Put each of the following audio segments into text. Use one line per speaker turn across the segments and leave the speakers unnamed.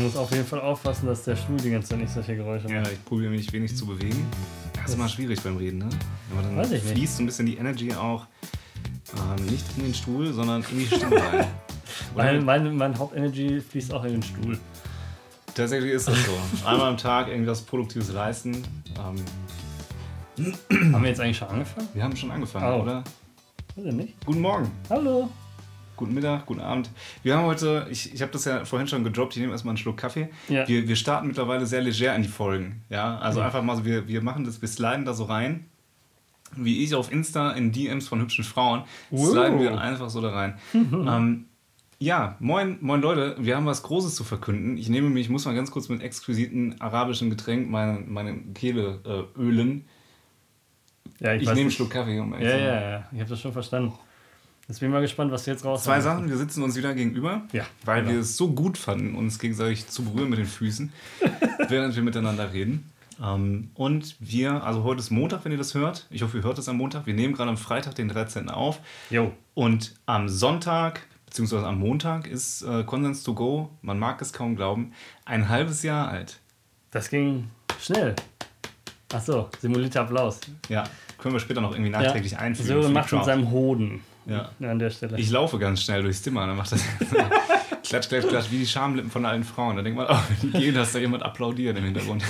musst auf jeden Fall aufpassen, dass der Stuhl die ganze Zeit nicht solche Geräusche macht.
Ja, ich probiere mich wenig zu bewegen. Das ist immer schwierig beim Reden, ne? Aber dann
Weiß ich nicht.
fließt so ein bisschen die Energy auch nicht in den Stuhl, sondern in die Stimme rein.
Mein Hauptenergy fließt auch in den Stuhl.
Tatsächlich ist das so. Einmal am Tag irgendwas Produktives leisten.
Haben wir jetzt eigentlich schon angefangen?
Wir haben schon angefangen, oder?
Weiß ich nicht.
Guten Morgen.
Hallo.
Guten Mittag, guten Abend. Wir haben heute, ich habe das ja vorhin schon gedroppt, ich nehme erstmal einen Schluck Kaffee.
Ja.
Wir starten mittlerweile sehr leger in die Folgen. Ja? Also einfach mal so, wir machen das, wir sliden da so rein. Wie ich auf Insta in DMs von hübschen Frauen, sliden wir einfach so da rein. Ja, moin Leute, wir haben was Großes zu verkünden. Ich muss mal ganz kurz mit exquisiten arabischen Getränk meine Kehle ölen.
Ja,
Ich nehme einen Schluck Kaffee.
Ja, ich habe das schon verstanden. Jetzt bin ich mal gespannt, was du jetzt raus hast.
2 Sachen, wir sitzen uns wieder gegenüber, weil wir es so gut fanden, uns gegenseitig zu berühren mit den Füßen, während wir miteinander reden. Und also heute ist Montag, wenn ihr das hört. Ich hoffe, ihr hört es am Montag. Wir nehmen gerade am Freitag, den 13. auf.
Jo.
Und am Sonntag, beziehungsweise am Montag, ist Konsens to go, man mag es kaum glauben, ein halbes Jahr alt.
Das ging schnell. Achso, simulierter Applaus.
Ja, können wir später noch irgendwie nachträglich einfügen.
So macht mit seinem Hoden.
Ja.
An der Stelle.
Ich laufe ganz schnell durchs Zimmer, dann macht das klatsch, klatsch, klatsch, wie die Schamlippen von allen Frauen. Da denkt man, wenn die gehen, dass da jemand applaudiert im Hintergrund.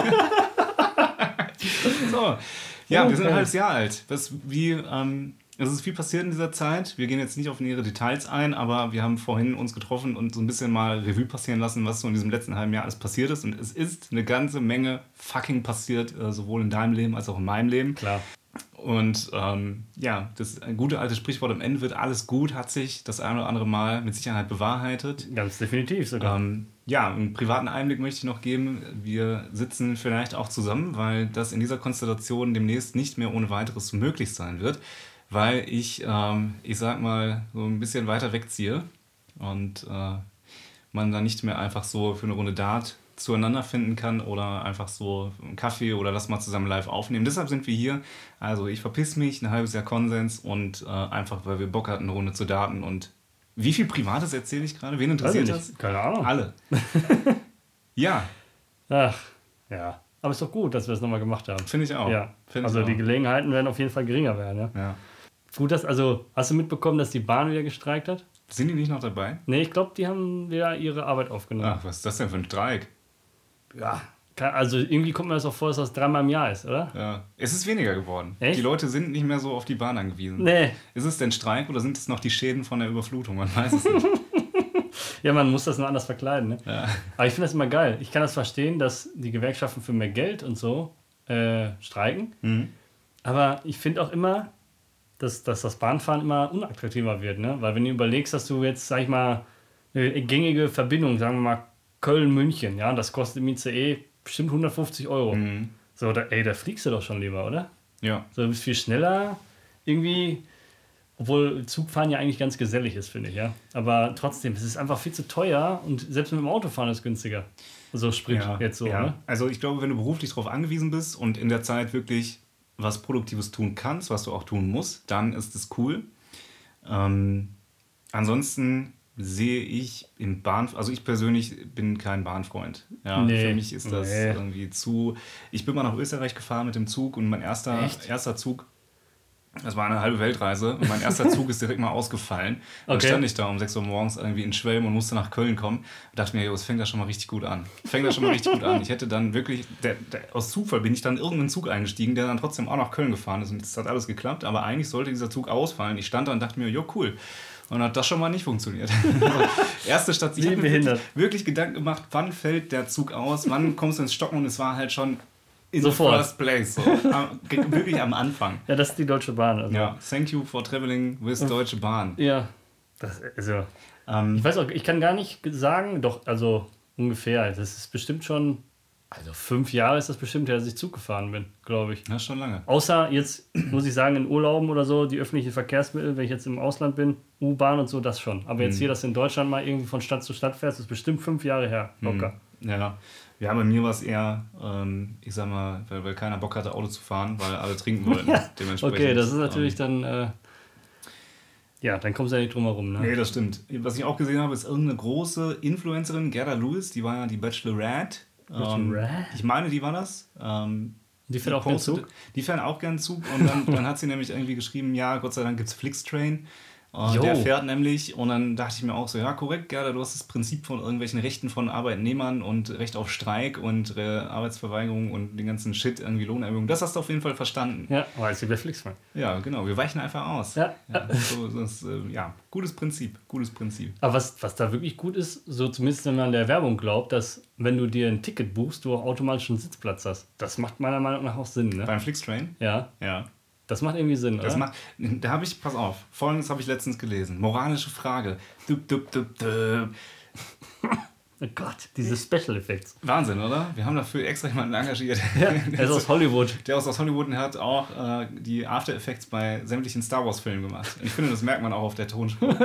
So, ja, wir sind ein halbes Jahr alt. Es ist viel passiert in dieser Zeit. Wir gehen jetzt nicht auf nähere Details ein, aber wir haben vorhin uns getroffen und so ein bisschen mal Revue passieren lassen, was so in diesem letzten halben Jahr alles passiert ist. Und es ist eine ganze Menge fucking passiert, sowohl in deinem Leben als auch in meinem Leben.
Klar.
Und das gute alte Sprichwort, am Ende wird alles gut, hat sich das ein oder andere Mal mit Sicherheit bewahrheitet.
Ganz definitiv sogar.
Einen privaten Einblick möchte ich noch geben. Wir sitzen vielleicht auch zusammen, weil das in dieser Konstellation demnächst nicht mehr ohne weiteres möglich sein wird, weil ich sag mal, so ein bisschen weiter wegziehe und man dann nicht mehr einfach so für eine Runde Dart zueinander finden kann oder einfach so einen Kaffee oder das mal zusammen live aufnehmen. Deshalb sind wir hier. Also ich verpiss mich, ein halbes Jahr Konsens und einfach, weil wir Bock hatten, eine Runde zu daten. Und wie viel Privates erzähle ich gerade? Wen interessiert das?
Keine Ahnung.
Alle. Ja.
Ach, ja. Aber ist doch gut, dass wir das nochmal gemacht haben.
Finde ich auch.
Ja. Die Gelegenheiten werden auf jeden Fall geringer werden. Ja. Gut, hast du mitbekommen, dass die Bahn wieder gestreikt hat?
Sind die nicht noch dabei?
Nee, ich glaube, die haben wieder ihre Arbeit aufgenommen.
Ach, was ist das denn für ein Streik?
Ja, also irgendwie kommt mir das auch vor, dass das 3-mal im Jahr ist, oder?
Ja, es ist weniger geworden.
Echt?
Die Leute sind nicht mehr so auf die Bahn angewiesen.
Nee.
Ist es denn Streik oder sind es noch die Schäden von der Überflutung? Man weiß es nicht.
Ja, man muss das nur anders verkleiden, ne?
Ja.
Aber ich finde das immer geil. Ich kann das verstehen, dass die Gewerkschaften für mehr Geld und so streiken.
Mhm.
Aber ich finde auch immer, dass das Bahnfahren immer unattraktiver wird, ne? Weil wenn du überlegst, dass du jetzt, sag ich mal, eine gängige Verbindung, sagen wir mal Köln-München, ja, das kostet im ICE bestimmt 150 €.
Mhm.
So, da fliegst du doch schon lieber, oder?
Ja.
So, du bist viel schneller irgendwie, obwohl Zugfahren ja eigentlich ganz gesellig ist, finde ich, ja. Aber trotzdem, es ist einfach viel zu teuer und selbst mit dem Autofahren ist es günstiger. So Sprit jetzt so, ne?
Also ich glaube, wenn du beruflich darauf angewiesen bist und in der Zeit wirklich was Produktives tun kannst, was du auch tun musst, dann ist es cool. Ansonsten sehe ich also ich persönlich bin kein Bahnfreund. Ja,
Nee.
Für mich ist das irgendwie zu... Ich bin mal nach Österreich gefahren mit dem Zug und mein erster Zug, das war eine halbe Weltreise und mein erster Zug ist direkt mal ausgefallen. Dann stand ich da um 6 Uhr morgens irgendwie in Schwelm und musste nach Köln kommen und dachte mir, es fängt da schon mal richtig gut an. Ich hätte dann wirklich, aus Zufall bin ich dann in irgendeinen Zug eingestiegen, der dann trotzdem auch nach Köln gefahren ist und es hat alles geklappt, aber eigentlich sollte dieser Zug ausfallen. Ich stand da und dachte mir, cool. Und hat das schon mal nicht funktioniert. Erste Station, ich habe mir wirklich Gedanken gemacht, wann fällt der Zug aus, wann kommst du ins Stocken und es war halt schon in
sofort.
The first place. So. Wirklich am Anfang.
Ja, das ist die Deutsche Bahn. Also.
Ja, thank you for traveling with Deutsche Bahn.
Ja, ich weiß auch, ich kann gar nicht sagen, doch, also ungefähr, das ist bestimmt schon, also 5 Jahre ist das bestimmt, dass ich Zug gefahren bin, glaube ich.
Das ist schon lange.
Außer jetzt, muss ich sagen, in Urlauben oder so, die öffentlichen Verkehrsmittel, wenn ich jetzt im Ausland bin, U-Bahn und so, das schon. Aber jetzt hier, dass du in Deutschland mal irgendwie von Stadt zu Stadt fährst, ist bestimmt 5 Jahre her, locker.
Ja, bei mir war es eher, ich sag mal, weil keiner Bock hatte, Auto zu fahren, weil alle trinken wollten. Dementsprechend.
Okay, das ist natürlich dann... Ja, dann kommst du ja nicht drum herum, ne?
Nee, das stimmt. Was ich auch gesehen habe, ist irgendeine große Influencerin, Gerda Lewis, die war ja die Bachelorette. Ich meine, die war das.
Die fährt auch gern Zug?
Die fährt auch gern Zug. Und dann hat sie nämlich irgendwie geschrieben, ja, Gott sei Dank gibt es Flixtrain. Der fährt nämlich, und dann dachte ich mir auch so, ja, korrekt, Gerda, du hast das Prinzip von irgendwelchen Rechten von Arbeitnehmern und Recht auf Streik und Arbeitsverweigerung und den ganzen Shit, irgendwie Lohnerhöhung, das hast du auf jeden Fall verstanden.
Ja, aber jetzt über Flixtrain.
Ja, genau, wir weichen einfach aus.
Ja.
Gutes Prinzip.
Aber was da wirklich gut ist, so zumindest wenn man der Werbung glaubt, dass wenn du dir ein Ticket buchst, du auch automatisch einen Sitzplatz hast. Das macht meiner Meinung nach auch Sinn, ne?
Beim Flixtrain?
Ja.
Ja.
Das macht irgendwie Sinn, oder?
Da habe ich, pass auf, Folgendes habe ich letztens gelesen. Moralische Frage.
Oh Gott, diese Special Effects.
Wahnsinn, oder? Wir haben dafür extra jemanden engagiert.
Ja, der ist aus Hollywood.
Der ist aus Hollywood und hat auch die After Effects bei sämtlichen Star Wars Filmen gemacht. Und ich finde, das merkt man auch auf der Tonspur.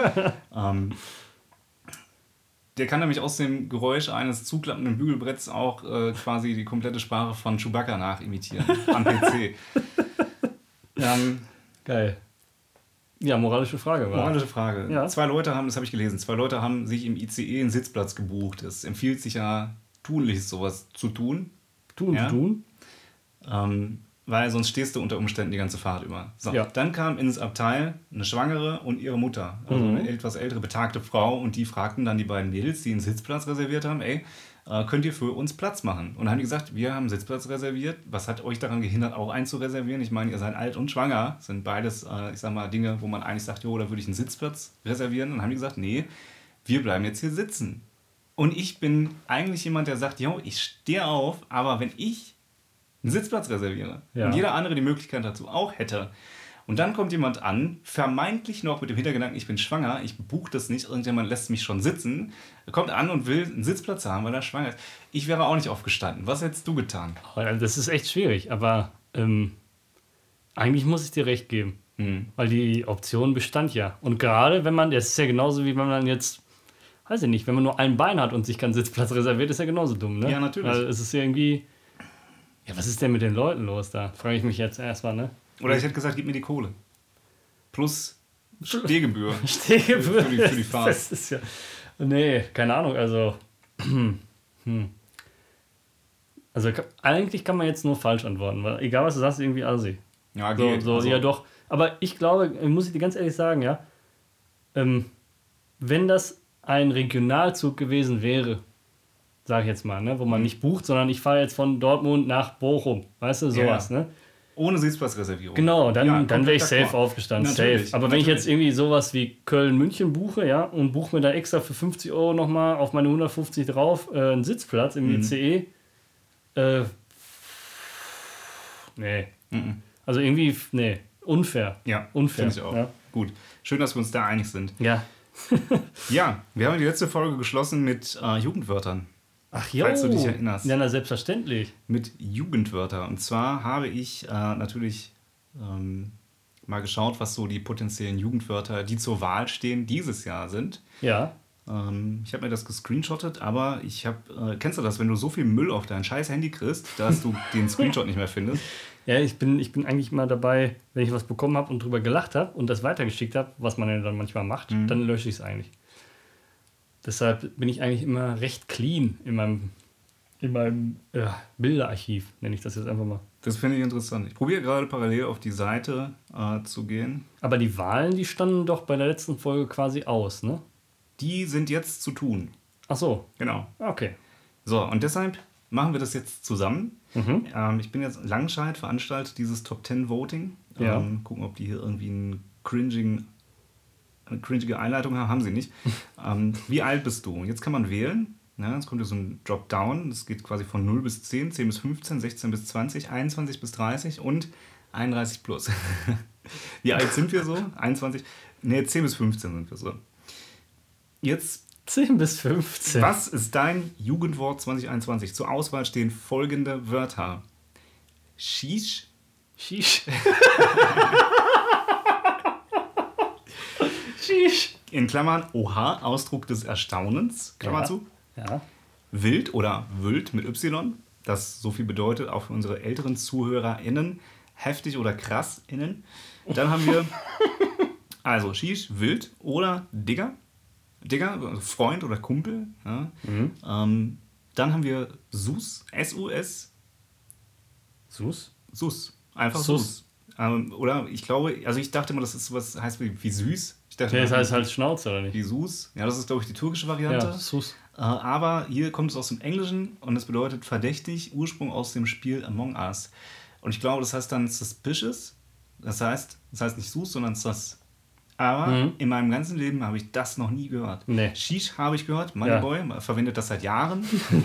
Der kann nämlich aus dem Geräusch eines zuklappenden Bügelbretts auch quasi die komplette Sprache von Chewbacca nachimitieren. Am PC.
Geil. Ja, moralische Frage.
Moralische Frage.
Ja.
Das habe ich gelesen, 2 Leute haben sich im ICE einen Sitzplatz gebucht. Es empfiehlt sich ja tunlichst, sowas zu tun.
Tun?
Weil sonst stehst du unter Umständen die ganze Fahrt über. So,
ja.
Dann kam ins Abteil eine Schwangere und ihre Mutter. Also eine etwas ältere, betagte Frau. Und die fragten dann die beiden Mädels, die einen Sitzplatz reserviert haben, könnt ihr für uns Platz machen? Und dann haben die gesagt, wir haben einen Sitzplatz reserviert. Was hat euch daran gehindert, auch einen zu reservieren? Ich meine, ihr seid alt und schwanger. Das sind beides, Dinge, wo man eigentlich sagt, jo, da würde ich einen Sitzplatz reservieren. Und dann haben die gesagt, nee, wir bleiben jetzt hier sitzen. Und ich bin eigentlich jemand, der sagt, jo, ich stehe auf, aber wenn ich einen Sitzplatz reserviere und jeder andere die Möglichkeit dazu auch hätte, und dann kommt jemand an, vermeintlich noch mit dem Hintergedanken, ich bin schwanger, ich buche das nicht, irgendjemand lässt mich schon sitzen, kommt an und will einen Sitzplatz haben, weil er schwanger ist. Ich wäre auch nicht aufgestanden. Was hättest du getan?
Das ist echt schwierig, aber eigentlich muss ich dir recht geben, weil die Option bestand ja. Und gerade wenn man, das ist ja genauso wie wenn man jetzt, weiß ich nicht, wenn man nur ein Bein hat und sich keinen Sitzplatz reserviert, ist ja genauso dumm, ne?
Ja, natürlich.
Weil es ist ja irgendwie, ja, was ist denn mit den Leuten los da? Frage ich mich jetzt erstmal, ne?
Oder ich hätte gesagt, gib mir die Kohle. Plus Stehgebühr.
Stehgebühr.
Für die Fahrt.
Das ist ja. Nee, keine Ahnung. Also. Also, eigentlich kann man jetzt nur falsch antworten, weil egal was du sagst, irgendwie assi.
Ja, geht.
Ja, doch. Aber ich glaube, muss ich dir ganz ehrlich sagen, ja, wenn das ein Regionalzug gewesen wäre, sag ich jetzt mal, ne, wo man nicht bucht, sondern ich fahre jetzt von Dortmund nach Bochum, weißt du, sowas, ne?
Ohne Sitzplatzreservierung.
Genau, dann wäre ich safe aufgestanden. Safe. Aber wenn ich jetzt irgendwie sowas wie Köln-München buche, ja, und buche mir da extra für 50 € nochmal auf meine 150 drauf einen Sitzplatz im ICE, nee. Also irgendwie, nee, unfair.
Ja,
unfair.
Finde ich auch.
Ja.
Gut, schön, dass wir uns da einig sind.
Ja.
Ja, wir haben die letzte Folge geschlossen mit Jugendwörtern.
Ach jo,
falls du dich erinnerst.
Ja, na, selbstverständlich.
Mit Jugendwörter. Und zwar habe ich natürlich mal geschaut, was so die potenziellen Jugendwörter, die zur Wahl stehen, dieses Jahr sind.
Ja.
Ich habe mir das gescreenshottet, aber ich habe, kennst du das, wenn du so viel Müll auf dein scheiß Handy kriegst, dass du den Screenshot nicht mehr findest?
Ja, ich bin eigentlich mal dabei, wenn ich was bekommen habe und drüber gelacht habe und das weitergeschickt habe, was man ja dann manchmal macht, dann lösche ich es eigentlich. Deshalb bin ich eigentlich immer recht clean in meinem Bilderarchiv, nenne ich das jetzt einfach mal.
Das finde ich interessant. Ich probiere gerade parallel auf die Seite zu gehen.
Aber die Wahlen, die standen doch bei der letzten Folge quasi aus, ne?
Die sind jetzt zu tun.
Ach so.
Genau.
Okay.
So, und deshalb machen wir das jetzt zusammen. Ich bin jetzt Langscheid, veranstalte dieses Top 10 Voting.
Ja.
Gucken, ob die hier irgendwie eine cringige Einleitung haben. Haben sie nicht. Wie alt bist du? Jetzt kann man wählen. Ja, jetzt kommt hier so ein Dropdown. Das geht quasi von 0 bis 10, 10 bis 15, 16 bis 20, 21 bis 30 und 31 plus. Wie alt sind wir so? 21? Ne, 10 bis 15 sind wir so. Jetzt
10 bis 15.
Was ist dein Jugendwort 2021? Zur Auswahl stehen folgende Wörter. Shish.
Shish. Shish.
In Klammern, Oha, Ausdruck des Erstaunens, Klammer zu.
Ja.
Wild oder Wild mit Y, das so viel bedeutet, auch für unsere älteren ZuhörerInnen, heftig oder krass innen. Dann haben wir Also Shish, wild oder Digger. Digger, also Freund oder Kumpel. Ja. Dann haben wir Sus, S-U-S.
Sus?
Sus. Einfach Sus. Oder ich glaube, also ich dachte immer, das ist sowas, heißt wie süß. Ich dachte,
das heißt halt Schnauze, oder nicht?
Wie Sus. Ja, das ist, glaube ich, die türkische Variante.
Ja, Sus.
Aber hier kommt es aus dem Englischen und es bedeutet verdächtig, Ursprung aus dem Spiel Among Us. Und ich glaube, das heißt dann suspicious. Das heißt nicht Sus, sondern Sus. Aber in meinem ganzen Leben habe ich das noch nie gehört.
Nee.
Shish habe ich gehört, Moneyboy verwendet das seit Jahren.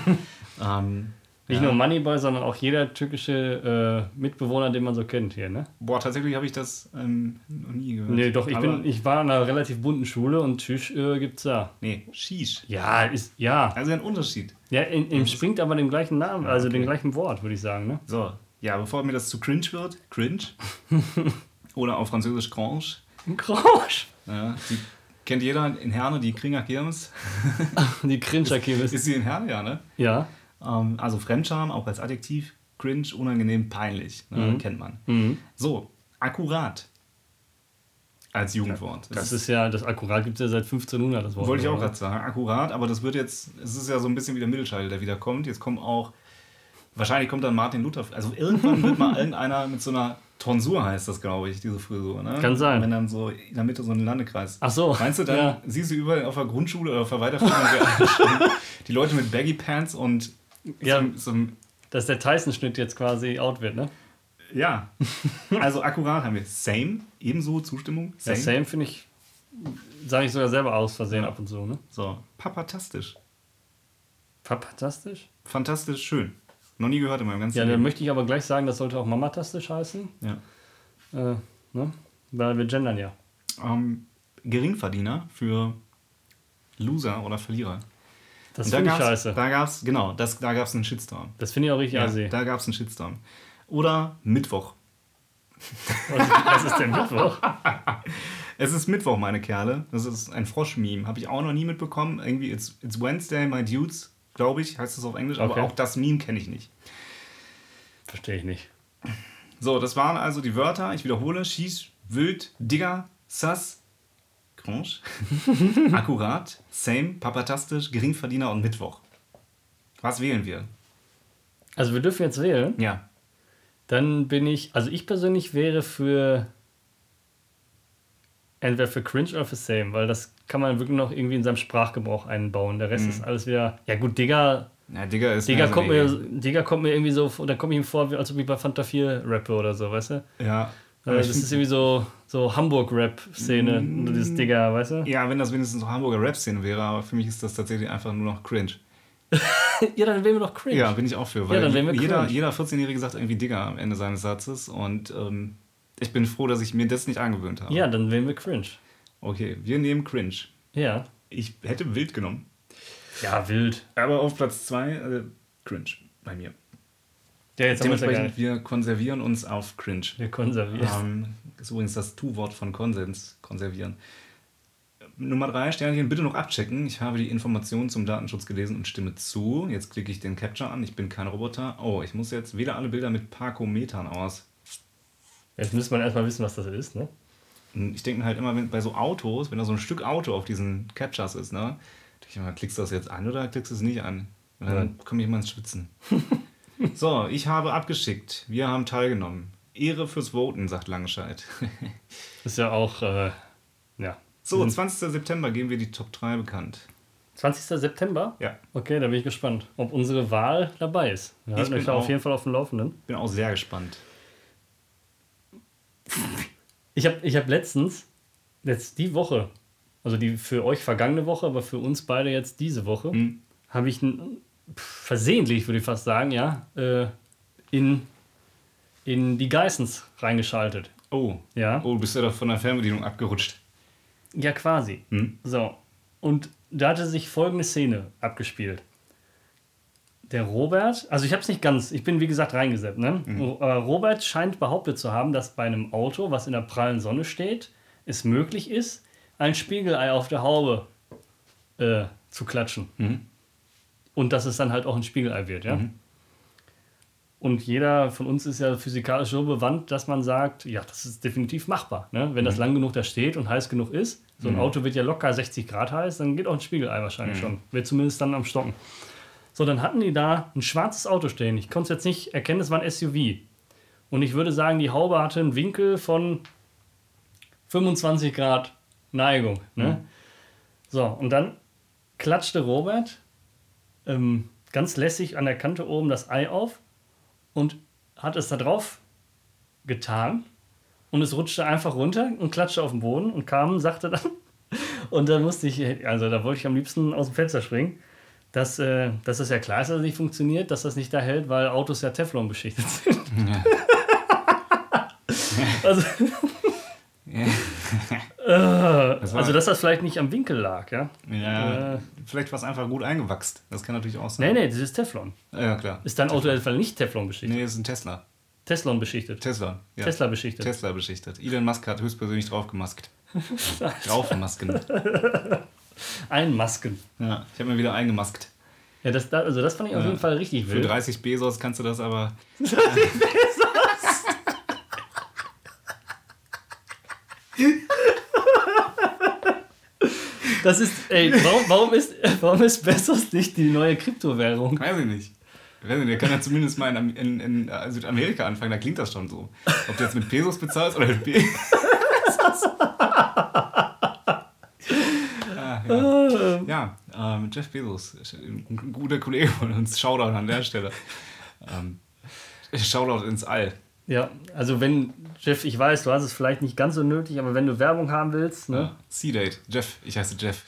Nicht nur Moneyboy, sondern auch jeder türkische Mitbewohner, den man so kennt hier, ne?
Boah, tatsächlich habe ich das noch nie gehört.
Nee, doch, ich war in einer relativ bunten Schule und Shish gibt's da.
Nee, Shish.
Ja.
Also ein Unterschied.
Ja, springt aber dem gleichen Namen, also dem gleichen Wort, würde ich sagen, ne?
So, ja, bevor mir das zu cringe wird, cringe. Oder auf Französisch Grange.
Grange.
Ja, die kennt jeder in Herne, die Kringer Kirmes.
Die Cringer Kirmes.
Ist sie in Herne, ja, ne?
Ja.
Also Fremdscham, auch als Adjektiv, cringe, unangenehm, peinlich. Ne? Kennt man. So, akkurat. Als Jugendwort.
Das Akkurat gibt es ja seit 1500, das Wort.
Wollte ich auch gerade sagen, akkurat, aber das wird jetzt, es ist ja so ein bisschen wie der Mittelscheitel, der wieder kommt. Jetzt kommt auch, wahrscheinlich kommt dann Martin Luther, also irgendwann wird mal irgendeiner mit so einer Tonsur, heißt das, glaube ich, diese Frisur. Ne?
Kann sein.
Wenn dann so in der Mitte so ein Landekreis.
Ach so.
Meinst du, dann siehst du überall auf der Grundschule oder auf der Weiterführung die Leute mit Baggy Pants und
dass der Tyson-Schnitt jetzt quasi out wird, ne?
Ja. Also akkurat haben wir same, ebenso Zustimmung.
Same, same finde ich, sage ich sogar selber aus Versehen ab und zu, ne?
So, papatastisch.
Papatastisch?
Fantastisch, schön. Noch nie gehört in meinem ganzen
Leben. Ja, dann
Leben.
möchte ich aber gleich sagen, das sollte auch mamatastisch heißen.
Ja.
Ne? Weil wir gendern ja.
Geringverdiener für Loser oder Verlierer.
Das finde ich scheiße.
Da gab es einen Shitstorm.
Das finde ich auch richtig assi.
Da gab es einen Shitstorm. Oder Mittwoch.
Was ist denn Mittwoch?
Es ist Mittwoch, meine Kerle. Das ist ein Frosch-Meme. Habe ich auch noch nie mitbekommen. Irgendwie, it's Wednesday, my dudes, glaube ich, heißt es auf Englisch. Okay. Aber auch das Meme kenne ich nicht.
Verstehe ich nicht.
So, das waren also die Wörter. Ich wiederhole. Schieß, wild, Digger, Sass, Grange, akkurat, same, papatastisch, Geringverdiener und Mittwoch. Was wählen wir?
Also wir dürfen jetzt wählen?
Ja.
Dann bin ich persönlich wäre entweder für cringe oder für same, weil das kann man wirklich noch irgendwie in seinem Sprachgebrauch einbauen. Der Rest ist alles wieder, ja gut, Digger.
Ja, Digger
kommt mir irgendwie so, da komme ich ihm vor, als ob ich bei Fanta 4 rappe oder so, weißt du?
Ja.
Das ist irgendwie so Hamburg-Rap-Szene, dieses Digger, weißt du?
Ja, wenn das wenigstens so Hamburger Rap-Szene wäre, aber für mich ist das tatsächlich einfach nur noch cringe.
Ja, dann wären wir doch cringe.
Ja, bin ich auch für, weil
jeder
14-Jährige sagt irgendwie Digger am Ende seines Satzes und ich bin froh, dass ich mir das nicht angewöhnt habe.
Ja, dann wären wir cringe.
Okay, wir nehmen cringe.
Ja.
Ich hätte wild genommen.
Ja, wild.
Aber auf Platz 2 cringe bei mir.
Ja, jetzt
dementsprechend, wir konservieren uns auf cringe.
Wir konservieren.
Ist übrigens das Tu-Wort von Konsens, konservieren. Nummer 3, Sternchen, bitte noch abchecken. Ich habe die Informationen zum Datenschutz gelesen und stimme zu. Jetzt klicke ich den Capture an. Ich bin kein Roboter. Oh, ich muss jetzt wähle alle Bilder mit Parkometern aus.
Jetzt müsste man erstmal wissen, was das ist, ne?
Ich denke mir halt immer, bei so Autos, wenn da so ein Stück Auto auf diesen Captures ist, ne? Denke ich immer, klickst du das jetzt an oder klickst du es nicht an? Und dann komme ich immer ins Schwitzen. So, ich habe abgeschickt. Wir haben teilgenommen. Ehre fürs Voten, sagt Langenscheid.
Ist ja auch, ja.
So, 20. September geben wir die Top 3 bekannt.
20. September?
Ja.
Okay, da bin ich gespannt, ob unsere Wahl dabei ist. Wir halten euch da auf jeden Fall auf dem Laufenden.
Bin auch sehr gespannt.
Ich hab letztens, die Woche, also die für euch vergangene Woche, aber für uns beide jetzt diese Woche, habe ich versehentlich, würde ich fast sagen, ja, in die Geissens reingeschaltet.
Oh.
Ja.
Oh, bist du da von der Fernbedienung abgerutscht?
Ja, quasi. So. Und da hatte sich folgende Szene abgespielt. Der Robert, also ich habe es nicht ganz, ich bin wie gesagt reingesetzt, ne? Robert scheint behauptet zu haben, dass bei einem Auto, was in der prallen Sonne steht, es möglich ist, ein Spiegelei auf der Haube zu klatschen. Und dass es dann halt auch ein Spiegelei wird, ja? Und jeder von uns ist ja physikalisch so bewandt, dass man sagt, ja, das ist definitiv machbar. Ne? Wenn das lang genug da steht und heiß genug ist, so ein Auto wird ja locker 60 Grad heiß, dann geht auch ein Spiegelei wahrscheinlich schon. Wird zumindest dann am Stocken. So, dann hatten die da ein schwarzes Auto stehen. Ich konnte es jetzt nicht erkennen, es war ein SUV. Und ich würde sagen, die Haube hatte einen Winkel von 25 Grad Neigung. Ne? So, und dann klatschte Robert ganz lässig an der Kante oben das Ei auf und hat es da drauf getan. Und es rutschte einfach runter und klatschte auf den Boden und sagte dann, und dann musste ich, also da wollte ich am liebsten aus dem Fenster springen, dass das ja klar ist, dass es nicht funktioniert, dass das nicht da hält, weil Autos ja Teflon beschichtet sind. Ja. Also, dass das vielleicht nicht am Winkel lag, ja?
Ja, vielleicht war es einfach gut eingewachsen. Das kann natürlich auch sein.
Nee, das ist Teflon.
Ja, klar.
Ist dein Auto etwa nicht Teflon beschichtet?
Nee, es ist ein Tesla.
Teflon beschichtet.
Tesla, ja.
Tesla beschichtet.
Tesla beschichtet. Elon Musk hat höchstpersönlich draufgemaskt. Draufmasken.
Einmasken.
Ja, ich habe mir wieder eingemaskt.
Ja, das fand ich auf jeden Fall richtig wild.
Für 30 Bezos kannst du das aber... 30
Bezos! Das ist, warum ist Bezos nicht die neue Kryptowährung?
Weiß ich nicht. Der kann ja zumindest mal in Südamerika anfangen, da klingt das schon so. Ob du jetzt mit Pesos bezahlst oder mit Bezos. Jeff Bezos, ein guter Kollege von uns, Shoutout an der Stelle. Shoutout ins All.
Ja, also wenn, Jeff, ich weiß, du hast es vielleicht nicht ganz so nötig, aber wenn du Werbung haben willst, ne?
Ja, C-Date, Jeff, ich heiße Jeff.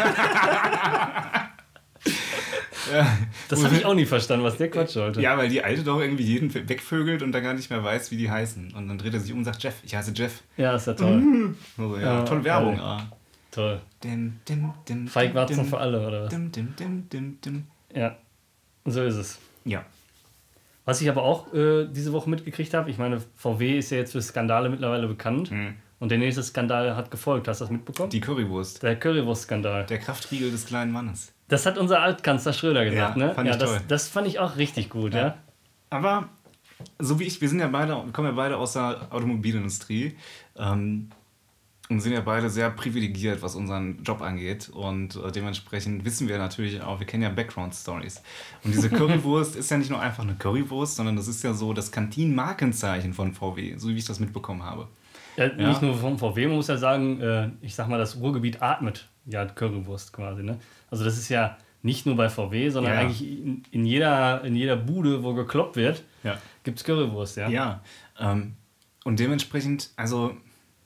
Das habe ich auch nie verstanden, was der Quatsch sollte.
Ja, weil die Alte doch irgendwie jeden wegvögelt und dann gar nicht mehr weiß, wie die heißen. Und dann dreht er sich um und sagt, Jeff, ich heiße Jeff.
Ja, ist ja toll.
Also, ja, tolle Werbung.
Toll. Feigwarzen für alle, oder was? Ja, so ist es.
Ja.
Was ich aber auch diese Woche mitgekriegt habe, ich meine, VW ist ja jetzt für Skandale mittlerweile bekannt. Und der nächste Skandal hat gefolgt. Hast du das mitbekommen?
Die Currywurst.
Der Currywurst-Skandal.
Der Kraftriegel des kleinen Mannes.
Das hat unser Altkanzler Schröder gesagt, ne?
Fand ich toll.
Das fand ich auch richtig gut, ja.
Aber so wie wir kommen ja beide aus der Automobilindustrie und sind ja beide sehr privilegiert, was unseren Job angeht. Und dementsprechend wissen wir natürlich auch, wir kennen ja Background-Stories. Und diese Currywurst ist ja nicht nur einfach eine Currywurst, sondern das ist ja so das Kantinenmarkenzeichen von VW, so wie ich das mitbekommen habe.
Ja, nicht nur vom VW, man muss ja sagen, ich sag mal, das Ruhrgebiet atmet ja Currywurst quasi, ne? Also das ist ja nicht nur bei VW, sondern eigentlich in jeder Bude, wo gekloppt wird, gibt es Currywurst, ja.
Ja, und dementsprechend, also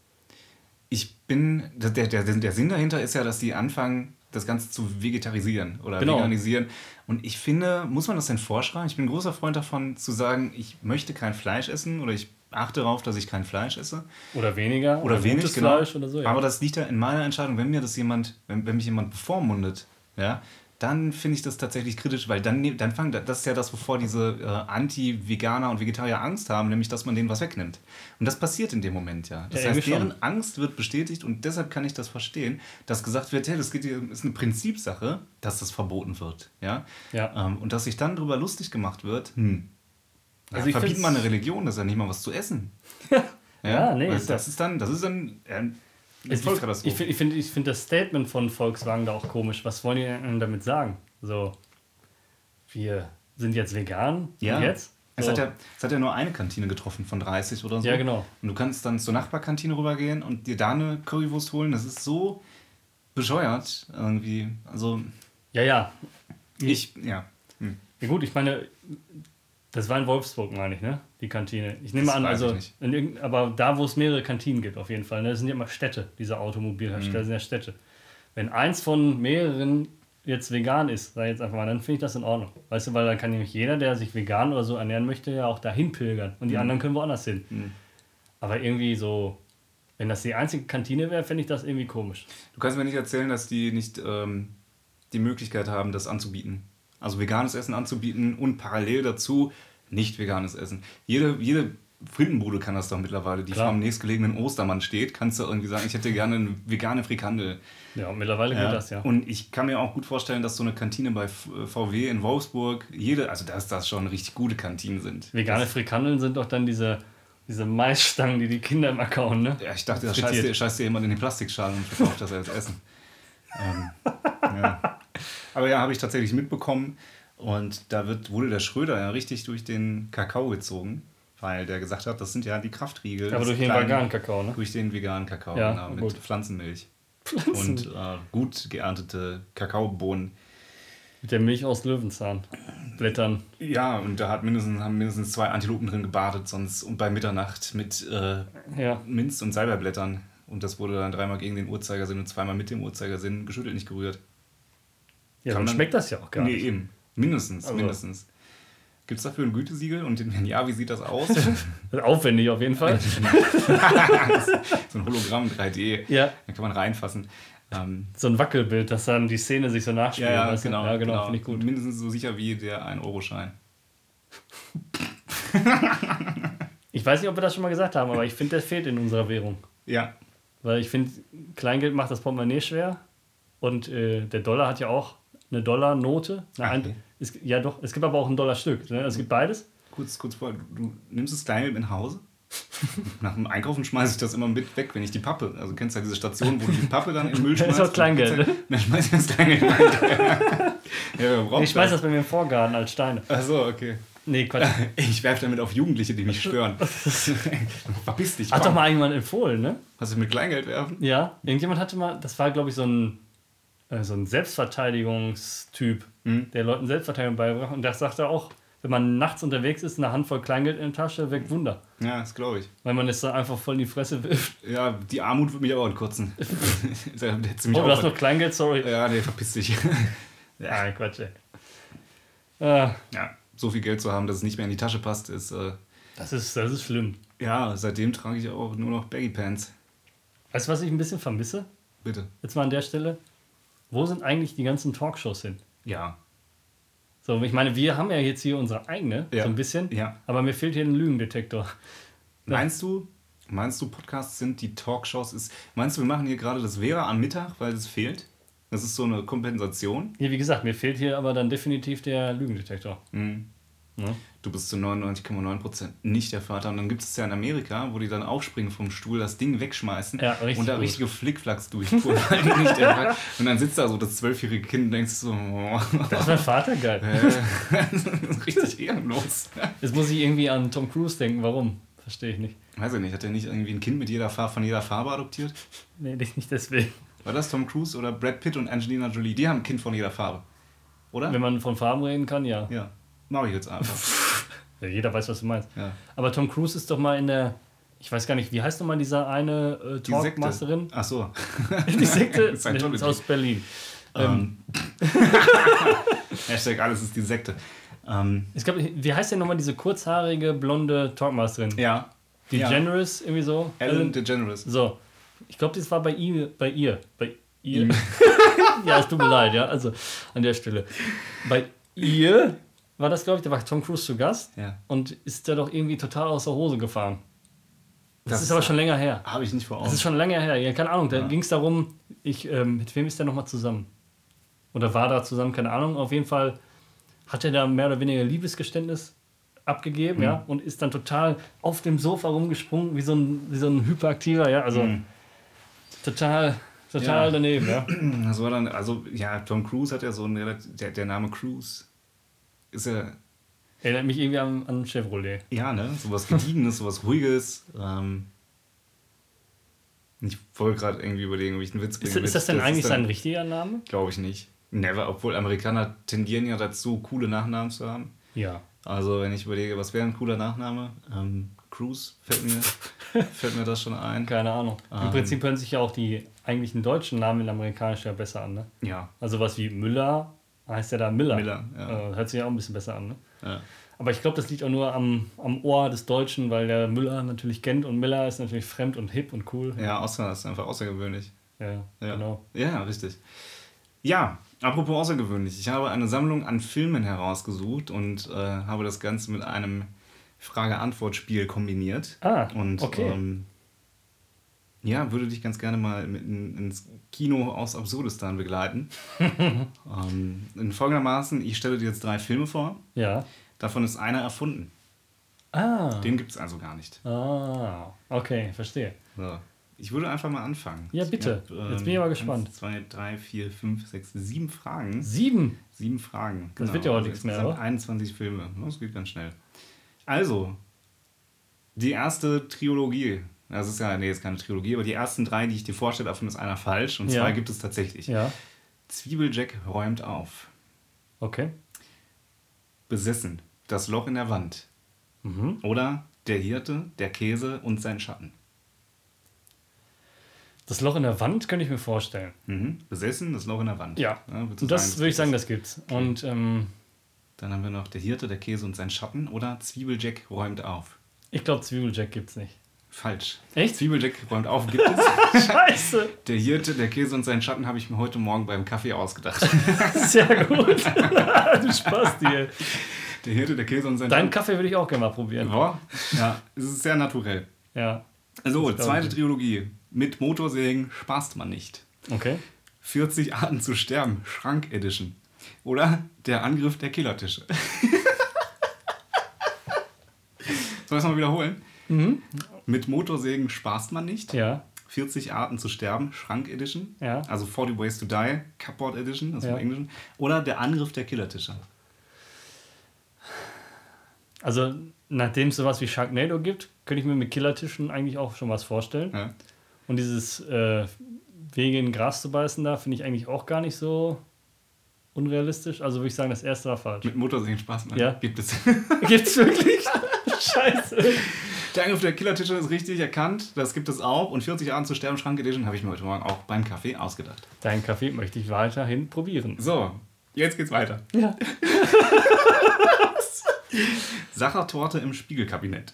der Sinn dahinter ist ja, dass die anfangen, das Ganze zu vegetarisieren oder veganisieren. Und ich finde, muss man das denn vorschreiben? Ich bin ein großer Freund davon, zu sagen, ich möchte kein Fleisch essen oder ich achte darauf, dass ich kein Fleisch esse.
Oder weniger.
Oder wenig,
genau. Fleisch oder so, ja.
Aber das liegt ja in meiner Entscheidung. Wenn mich jemand bevormundet, ja, dann finde ich das tatsächlich kritisch, weil das ist ja das, wovor diese Anti-Veganer und Vegetarier Angst haben, nämlich, dass man denen was wegnimmt. Und das passiert in dem Moment, ja. Das heißt, deren Angst wird bestätigt und deshalb kann ich das verstehen, dass gesagt wird, hey, das ist eine Prinzipsache, dass das verboten wird, ja. Und dass sich dann darüber lustig gemacht wird, also verbieten wir eine Religion, das ist ja nicht mal was zu essen. Das ist dann
Ich finde das Statement von Volkswagen da auch komisch. Was wollen die denn damit sagen? So, wir sind jetzt vegan?
Ja.
Jetzt?
So. Es hat ja nur eine Kantine getroffen von 30 oder so.
Ja, genau.
Und du kannst dann zur Nachbarkantine rübergehen und dir da eine Currywurst holen. Das ist so bescheuert irgendwie. Also.
Ja.
Ja
gut, ich meine, das war in Wolfsburg, meine ich, ne? Die Kantine. Ich nehme an, also, aber da, wo es mehrere Kantinen gibt, auf jeden Fall. Ne? Das sind ja immer Städte, diese Automobilhersteller sind ja Städte. Wenn eins von mehreren jetzt vegan ist, sag ich jetzt einfach mal, dann finde ich das in Ordnung. Weißt du, weil dann kann nämlich jeder, der sich vegan oder so ernähren möchte, ja auch dahin pilgern. Und die anderen können woanders hin. Aber irgendwie so, wenn das die einzige Kantine wäre, fände ich das irgendwie komisch.
Du kannst mir nicht erzählen, dass die nicht die Möglichkeit haben, das anzubieten. Also veganes Essen anzubieten und parallel dazu nicht veganes Essen. Jede Frittenbude kann das doch mittlerweile, die vor dem nächstgelegenen Ostermann steht, kannst du irgendwie sagen, ich hätte gerne eine vegane Frikandel.
Ja, mittlerweile geht das, ja.
Und ich kann mir auch gut vorstellen, dass so eine Kantine bei VW in Wolfsburg, dass das schon richtig gute Kantinen sind.
Vegane Frikandeln sind doch dann diese Maisstangen, die Kinder immer kauen, ne?
Ja, ich dachte, das scheißt dir jemand in die Plastikschalen und verkauft das als Essen. Ja. Aber ja, habe ich tatsächlich mitbekommen. Und da wurde der Schröder ja richtig durch den Kakao gezogen, weil der gesagt hat, das sind ja die Kraftriegel.
Aber durch den veganen Kakao, ne?
Durch den veganen Kakao,
ja,
genau, mit Pflanzenmilch. Und gut geerntete Kakaobohnen.
Mit der Milch aus Löwenzahnblättern.
Ja, und da haben mindestens 2 Antilopen drin gebadet, und bei Mitternacht mit Minz- und Salbeiblättern. Und das wurde dann 3-mal gegen den Uhrzeigersinn und 2-mal mit dem Uhrzeigersinn geschüttelt, nicht gerührt.
Ja, dann schmeckt das ja auch gar nicht.
Nee, eben. Mindestens. Gibt es dafür ein Gütesiegel? Und wenn ja, wie sieht das aus?
Aufwendig auf jeden Fall.
So ein Hologramm 3D.
Ja.
Da kann man reinfassen.
So ein Wackelbild, dass dann die Szene sich so nachspielt.
Ja, genau.
Ja, genau. Finde ich gut.
Mindestens so sicher wie der 1-Euro-Schein.
Ich weiß nicht, ob wir das schon mal gesagt haben, aber ich finde, der fehlt in unserer Währung.
Ja.
Weil ich finde, Kleingeld macht das Portemonnaie schwer. Und der Dollar hat ja auch eine Dollarnote. Ja, doch. Es gibt aber auch ein Dollarstück. Ne? Es gibt beides.
Kurz vor, du nimmst das Kleingeld mit nach Hause? Nach dem Einkaufen schmeiße ich das immer mit weg, wenn ich die Pappe, also kennst du ja diese Station, wo du die Pappe dann im Müll schmeißt.
Das ist auch Kleingeld, ne?
Dann schmeiß ich das Kleingeld rein.
Ich schmeiß das bei mir im Vorgarten als Steine.
Ach so, okay.
Nee, Quatsch.
Ich werfe damit auf Jugendliche, die mich stören. Verpiss dich.
Hat doch mal irgendjemand empfohlen, ne?
Was, mit Kleingeld werfen?
Ja, irgendjemand hatte mal, das war glaube ich so ein Selbstverteidigungstyp, der Leuten Selbstverteidigung beibrachte. Und das sagt er auch, wenn man nachts unterwegs ist, eine Handvoll Kleingeld in der Tasche, wirkt Wunder.
Ja, das glaube ich.
Weil man es dann einfach voll in die Fresse wirft.
Ja, die Armut wird mich aber entkotzen.
Du hast noch Kleingeld, sorry.
Ja, nee, verpiss dich.
Ja, Quatsch, ey.
Ja, so viel Geld zu haben, dass es nicht mehr in die Tasche passt, ist...
Das ist schlimm.
Ja, seitdem trage ich auch nur noch Baggy Pants.
Weißt du, was ich ein bisschen vermisse?
Bitte.
Jetzt mal an der Stelle. Wo sind eigentlich die ganzen Talkshows hin?
Ja.
So, ich meine, wir haben ja jetzt hier unsere eigene, so ein bisschen.
Ja.
Aber mir fehlt hier ein Lügendetektor.
Meinst du, Podcasts sind die Talkshows? Meinst du, wir machen hier gerade das Vera am Mittag, weil es fehlt? Das ist so eine Kompensation?
Ja, wie gesagt, mir fehlt hier aber dann definitiv der Lügendetektor.
Mhm. Ja. Du bist zu 99,9% nicht der Vater. Und dann gibt es ja in Amerika, wo die dann aufspringen vom Stuhl, das Ding wegschmeißen und da richtige Flickflacks durchfuhren. Und dann sitzt da so das 12-jährige Kind und denkst so, oh.
Das ist mein Vater, geil.
Das ist richtig ehrenlos.
Jetzt muss ich irgendwie an Tom Cruise denken. Warum? Verstehe ich nicht.
Weiß ich nicht. Hat er nicht irgendwie ein Kind von jeder Farbe adoptiert?
Nee, nicht deswegen.
War das Tom Cruise oder Brad Pitt und Angelina Jolie? Die haben ein Kind von jeder Farbe. Oder?
Wenn man von Farben reden kann, ja.
Ja. Mach ich jetzt einfach.
Ja, jeder weiß, was du meinst.
Ja.
Aber Tom Cruise ist doch mal in der, ich weiß gar nicht, wie heißt nochmal dieser eine Talkmasterin?
Ach so.
Die Sekte ist aus Berlin.
Hashtag alles ist die Sekte.
Ich glaube, wie heißt denn nochmal diese kurzhaarige, blonde Talkmasterin?
Ja.
DeGeneres, irgendwie so?
Ellen DeGeneres.
So. Ich glaube, das war bei ihr. Ja, es tut mir leid, ja, also an der Stelle. Bei ihr war das, glaube ich, da war Tom Cruise zu Gast und ist da doch irgendwie total aus der Hose gefahren. Das ist aber schon länger her.
Habe ich nicht vor Augen.
Das ist schon länger her, ja, keine Ahnung. Da ging es darum, mit wem ist der nochmal zusammen? Oder war da zusammen, keine Ahnung. Auf jeden Fall hat er da mehr oder weniger Liebesgeständnis abgegeben, ja, und ist dann total auf dem Sofa rumgesprungen, wie so ein Hyperaktiver, ja, also total daneben, ja.
Das war dann, Tom Cruise hat ja so der Name Cruise ist ja...
Erinnert mich irgendwie an Chevrolet.
Ja, ne, sowas Gediegenes, sowas Ruhiges. Ich wollte gerade irgendwie überlegen, ob ich einen Witz bringe.
Ist das denn eigentlich sein richtiger Name?
Glaube ich nicht. Never, obwohl Amerikaner tendieren ja dazu, coole Nachnamen zu haben.
Ja.
Also wenn ich überlege, was wäre ein cooler Nachname? Cruise fällt mir das schon ein.
Keine Ahnung. Im Prinzip hören sich ja auch die eigentlichen deutschen Namen in amerikanisch ja besser an, ne?
Ja.
Also was wie Müller, heißt ja da Miller.
Miller, ja.
Hört sich ja auch ein bisschen besser an, ne?
Ja.
Aber ich glaube, das liegt auch nur am Ohr des Deutschen, weil der Müller natürlich kennt und Miller ist natürlich fremd und hip und cool.
Ja, das ist einfach außergewöhnlich.
Ja, genau.
Ja, richtig. Ja, apropos außergewöhnlich. Ich habe eine Sammlung an Filmen herausgesucht und habe das Ganze mit einem Frage-Antwort-Spiel kombiniert.
Und
okay. Würde dich ganz gerne mal ins Kino aus Absurdistan begleiten. In folgendermaßen, ich stelle dir jetzt 3 Filme vor.
Ja.
Davon ist einer erfunden. Den gibt es also gar nicht.
Okay, verstehe.
So. Ich würde einfach mal anfangen.
Ja, bitte. Jetzt bin ich aber gespannt.
1, 2, 3, 4, 5, 6, 7 Fragen.
7?
7 Fragen.
Das wird ja heute nichts mehr, oder?
21 Filme. Das geht ganz schnell. Also, die erste Trilogie. Das ist ist keine Trilogie, aber die ersten 3, die ich dir vorstelle, davon ist einer falsch und 2 gibt es tatsächlich.
Ja.
Zwiebeljack räumt auf.
Okay.
Besessen. Das Loch in der Wand. Oder der Hirte, der Käse und sein Schatten.
Das Loch in der Wand könnte ich mir vorstellen.
Besessen, das Loch in der Wand.
Ja, und das würde ich sagen, das gibt's. Okay. Und
dann haben wir noch der Hirte, der Käse und sein Schatten oder Zwiebeljack räumt auf.
Ich glaube, Zwiebeljack gibt's nicht.
Falsch.
Echt?
Zwiebeljack räumt auf gibt es.
Scheiße.
Der Hirte, der Käse und sein Schatten habe ich mir heute Morgen beim Kaffee ausgedacht.
Sehr gut. Du Spaß dir.
Der Hirte, der Käse und sein
Deinen Kaffee würde ich auch gerne mal probieren.
Ja, es ist sehr naturell.
Ja.
So, zweite Trilogie. Mit Motorsägen spaßt man nicht.
Okay.
40 Arten zu sterben, Schrank Edition. Oder der Angriff der Killertische. Soll ich es mal wiederholen? Mit Motorsägen spaßt man nicht.
Ja.
40 Arten zu sterben, Schrank Edition.
Ja.
Also 40 Ways to Die, Cupboard Edition, das ist im Englischen. Oder der Angriff der Killertische.
Also, nachdem es sowas wie Sharknado gibt, könnte ich mir mit Killertischen eigentlich auch schon was vorstellen.
Ja.
Und dieses Wege in Gras zu beißen da, finde ich eigentlich auch gar nicht so unrealistisch. Also würde ich sagen, das erste war falsch.
Mit Motorsägen spaßt man.
Ja.
Gibt es.
Gibt's wirklich? Scheiße.
Der Angriff der Killertische ist richtig erkannt. Das gibt es auch. Und 40 Arten zu sterben, Schrank Edition, habe ich mir heute Morgen auch beim Kaffee ausgedacht.
Deinen Kaffee möchte ich weiterhin probieren.
So, jetzt geht's weiter.
Ja.
Sachertorte im Spiegelkabinett.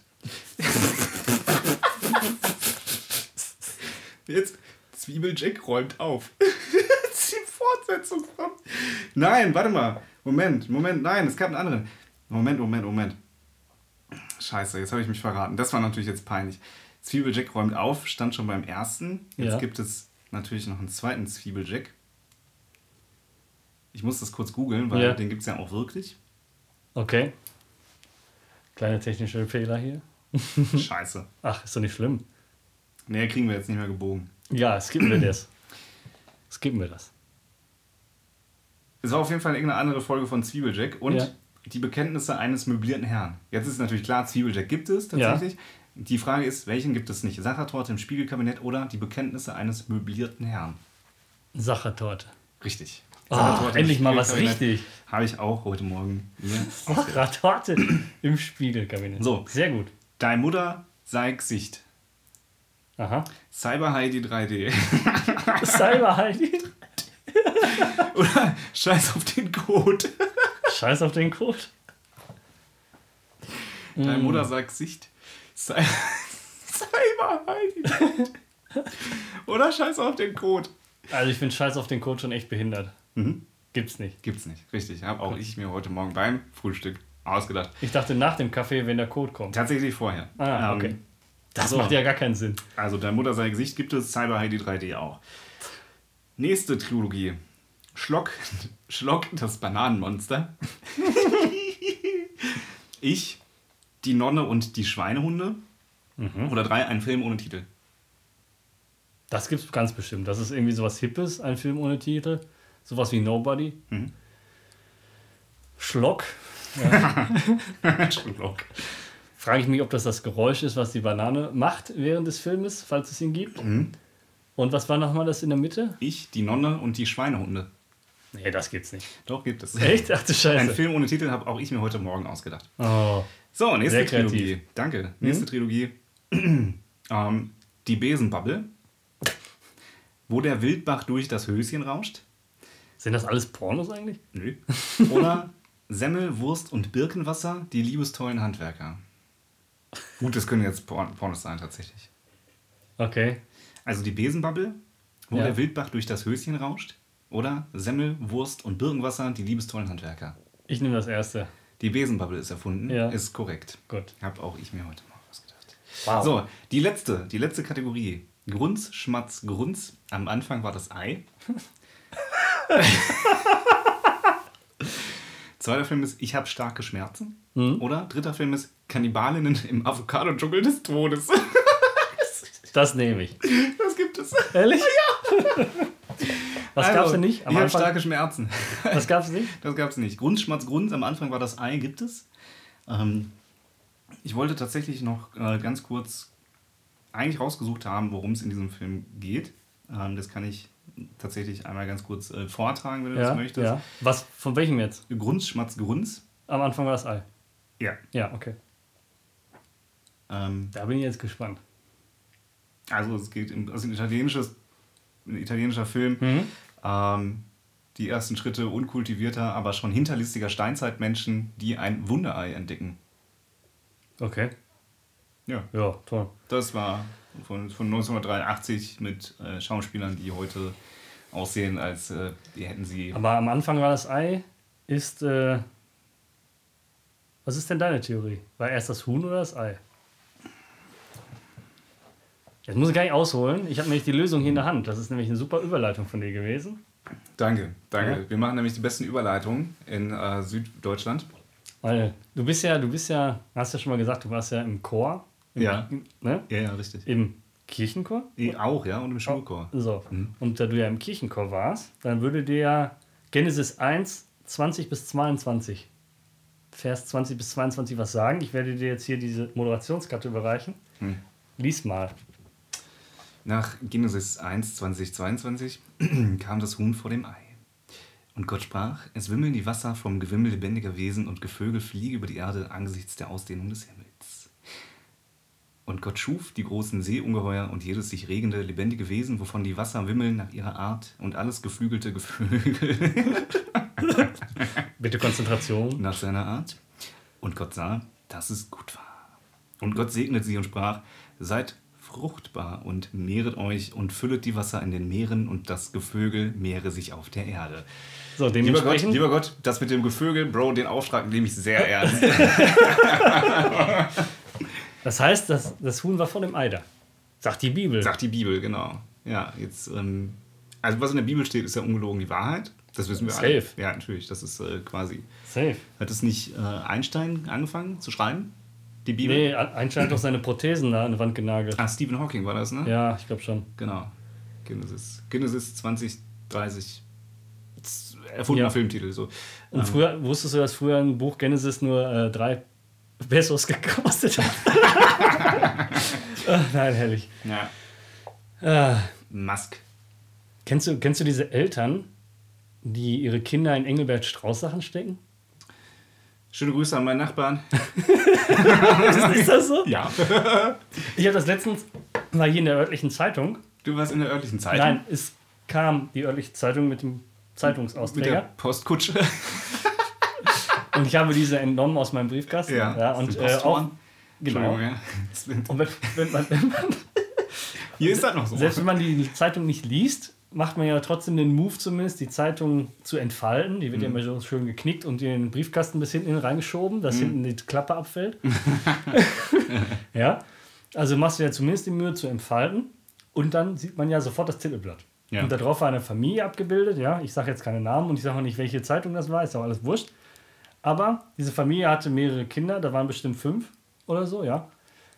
Jetzt Zwiebeljack räumt auf. Die Fortsetzung von... Nein, warte mal. Moment. Nein, es gab einen anderen. Moment. Scheiße, jetzt habe ich mich verraten. Das war natürlich jetzt peinlich. Zwiebeljack räumt auf, stand schon beim ersten. Jetzt gibt es natürlich noch einen zweiten Zwiebeljack. Ich muss das kurz googeln, weil den gibt es ja auch wirklich.
Okay. Kleine technische Fehler hier.
Scheiße.
Ach, ist doch nicht schlimm.
Nee, kriegen wir jetzt nicht mehr gebogen.
Ja, skippen wir das. Skippen wir das.
Es war auf jeden Fall irgendeine andere Folge von Zwiebeljack und die Bekenntnisse eines möblierten Herrn. Jetzt ist natürlich klar, Zwiebeljack gibt es tatsächlich. Ja. Die Frage ist, welchen gibt es nicht? Sachertorte im Spiegelkabinett oder die Bekenntnisse eines möblierten Herrn?
Sachertorte.
Richtig.
Endlich mal was richtig.
Habe ich auch heute Morgen.
Sachertorte im Spiegelkabinett.
So.
Sehr gut.
Deine Mutter sei Gesicht.
Aha.
Cyber Heidi 3D.
Cyber Heidi 3D.
Oder Scheiß auf den Code.
Scheiß auf den Code.
Deine Mutter sagt Gesicht. Cyber Heidi 3D. Oder Scheiß auf den Code.
Also ich finde Scheiß auf den Code schon echt behindert. Gibt's nicht.
Gibt's nicht, richtig. Habe auch ich mir heute Morgen beim Frühstück ausgedacht.
Ich dachte nach dem Kaffee, wenn der Code kommt.
Tatsächlich vorher.
Okay. Das macht ja gar keinen Sinn.
Also Deine Mutter sei Gesicht gibt es, Cyber Heidi 3D auch. Nächste Trilogie. Schlock, das Bananenmonster. Ich, die Nonne und die Schweinehunde. Oder 3, ein Film ohne Titel.
Das gibt's ganz bestimmt. Das ist irgendwie sowas Hippes, ein Film ohne Titel. Sowas wie Nobody. Schlock. Ja.
Schlock.
Frage ich mich, ob das Geräusch ist, was die Banane macht während des Filmes, falls es ihn gibt. Und was war nochmal das in der Mitte?
Ich, die Nonne und die Schweinehunde.
Nee, das gibt's nicht.
Doch, gibt es.
Echt? Ach du Scheiße.
Ein Film ohne Titel habe auch ich mir heute Morgen ausgedacht.
Oh.
So, nächste Trilogie. Danke. Nächste Trilogie. Die Besenbubble. Wo der Wildbach durch das Höschen rauscht.
Sind das alles Pornos eigentlich?
Nö. Oder Semmel, Wurst und Birkenwasser, die liebestollen Handwerker. Gut, das können jetzt Pornos sein, tatsächlich.
Okay.
Also die Besenbubble, wo der Wildbach durch das Höschen rauscht. Oder Semmel, Wurst und Birkenwasser, die liebestollen Handwerker.
Ich nehme das erste.
Die Besenbubble ist erfunden.
Ja.
Ist korrekt.
Gut.
Hab auch ich mir heute mal was gedacht.
Wow.
So, die letzte Kategorie. Grunz, Schmatz, Grunz. Am Anfang war das Ei. Zweiter Film ist Ich habe starke Schmerzen. Oder dritter Film ist Kannibalinnen im Avocado-Dschungel des Todes.
Das nehme ich.
Das gibt es.
Ehrlich? Ja. Was
Also,
gab's denn nicht?
Ich habe starke Schmerzen.
Was gab's nicht?
Das gab's nicht. Grunz, Schmatz, Grunz. Am Anfang war das Ei. Gibt es. Ich wollte tatsächlich noch ganz kurz eigentlich rausgesucht haben, worum es in diesem Film geht. Das kann ich tatsächlich einmal ganz kurz vortragen, wenn du das möchtest.
Ja. Was, von welchem jetzt?
Grunz, Schmatz, Grunz.
Am Anfang war das Ei.
Ja.
Ja, okay. Da bin ich jetzt gespannt.
Also es geht ein italienischer Film. Die ersten Schritte unkultivierter, aber schon hinterlistiger Steinzeitmenschen, die ein Wunderei entdecken.
Okay.
Ja.
Ja, toll.
Das war von 1983 mit Schauspielern, die heute aussehen, als die hätten sie...
Aber am Anfang war das Ei, ist... was ist denn deine Theorie? War erst das Huhn oder das Ei? Jetzt muss ich gar nicht ausholen. Ich habe nämlich die Lösung hier in der Hand. Das ist nämlich eine super Überleitung von dir gewesen.
Danke.
Ja.
Wir machen nämlich die besten Überleitungen in Süddeutschland.
Weil du bist ja, hast ja schon mal gesagt, du warst ja im Chor.
Ja.
Ne?
Ja, richtig.
Im Kirchenchor?
Auch, ja, und im Schulchor.
So. Und da du ja im Kirchenchor warst, dann würde dir ja Genesis 1, 20 bis 22, Vers 20 bis 22 was sagen. Ich werde dir jetzt hier diese Moderationskarte überreichen. Lies mal.
Nach Genesis 1, 20, 22 kam das Huhn vor dem Ei. Und Gott sprach, es wimmeln die Wasser vom Gewimmel lebendiger Wesen und Gevögel fliegen über die Erde angesichts der Ausdehnung des Himmels. Und Gott schuf die großen Seeungeheuer und jedes sich regende, lebendige Wesen, wovon die Wasser wimmeln nach ihrer Art und alles geflügelte Gevögel
Bitte Konzentration.
nach seiner Art. Und Gott sah, dass es gut war. Und Gott segnete sie und sprach, seid fruchtbar und mehret euch und füllet die Wasser in den Meeren und das Gevögel mehre sich auf der Erde.
So, dementsprechend...
Lieber Gott, das mit dem Gevögel, Bro, den Auftrag nehme ich sehr ernst.
Das heißt, das Huhn war vor dem Ei da. Sagt die Bibel.
Sagt die Bibel, genau. Ja, jetzt, also was in der Bibel steht, ist ja ungelogen die Wahrheit. Das wissen wir alle.
Safe.
Ja, natürlich, das ist quasi...
Safe.
Hat es nicht Einstein angefangen zu schreiben? Die Bibel?
Nee, Einstein hat doch seine Prothesen da an die Wand genagelt.
Ah, Stephen Hawking war das, ne?
Ja, ich glaube schon.
Genau. Genesis 2030. Erfundener Filmtitel. So.
Und früher, wusstest du, dass früher ein Buch Genesis nur 3 Pesos gekostet hat? Nein, herrlich.
Ja. Musk.
Kennst du diese Eltern, die ihre Kinder in Engelbert Strauß Sachen stecken?
Schöne Grüße an meinen Nachbarn.
Ist das so?
Ja.
Ich habe das letztens, war hier in der örtlichen Zeitung.
Du warst in der örtlichen Zeitung?
Nein, es kam die örtliche Zeitung mit dem Zeitungsausträger.
Mit der Postkutsche.
Und ich habe diese entnommen aus meinem Briefkasten.
Ja,
und auch, genau.
Ja.
Und wenn man
hier ist das noch so.
Selbst wenn man die Zeitung nicht liest, macht man ja trotzdem den Move zumindest, die Zeitung zu entfalten. Die wird ja immer so schön geknickt und in den Briefkasten bis hinten reingeschoben, dass hinten die Klappe abfällt. Ja, also machst du ja zumindest die Mühe zu entfalten und dann sieht man ja sofort das Titelblatt. Ja. Und darauf war eine Familie abgebildet, ja, ich sage jetzt keine Namen und ich sage auch nicht, welche Zeitung das war, ist auch alles wurscht. Aber diese Familie hatte mehrere Kinder, da waren bestimmt 5 oder so, ja.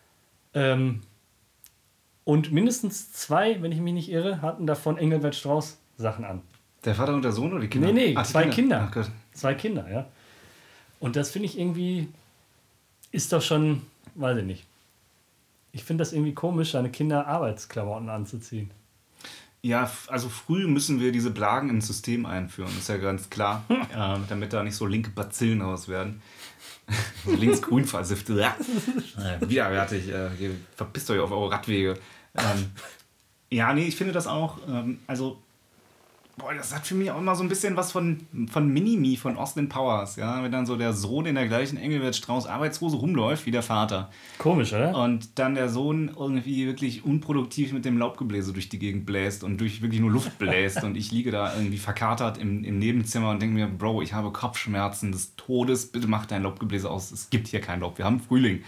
Und mindestens 2, wenn ich mich nicht irre, hatten davon Engelbert Strauß Sachen an.
Der Vater und der Sohn oder die Kinder?
Nee, 2 Kinder.
Ach Gott.
2 Kinder, ja. Und das finde ich irgendwie, ist doch schon, weiß ich nicht. Ich finde das irgendwie komisch, seine Kinder Arbeitsklamotten anzuziehen.
Ja, also früh müssen wir diese Blagen ins System einführen, ist ja ganz klar, damit da nicht so linke Bazillen raus werden. So linksgrün versifft. Widerwärtig, verpisst euch auf eure Radwege. Ja, nee, ich finde das auch, also boah, das hat für mich auch immer so ein bisschen was von Mini-Me, von Austin Powers, ja, wenn dann so der Sohn in der gleichen Engelbert Strauß Arbeitshose rumläuft wie der Vater.
Komisch, oder?
Und dann der Sohn irgendwie wirklich unproduktiv mit dem Laubgebläse durch die Gegend bläst und durch wirklich nur Luft bläst und ich liege da irgendwie verkatert im Nebenzimmer und denke mir, Bro, ich habe Kopfschmerzen des Todes, bitte mach dein Laubgebläse aus, es gibt hier kein Laub, wir haben Frühling.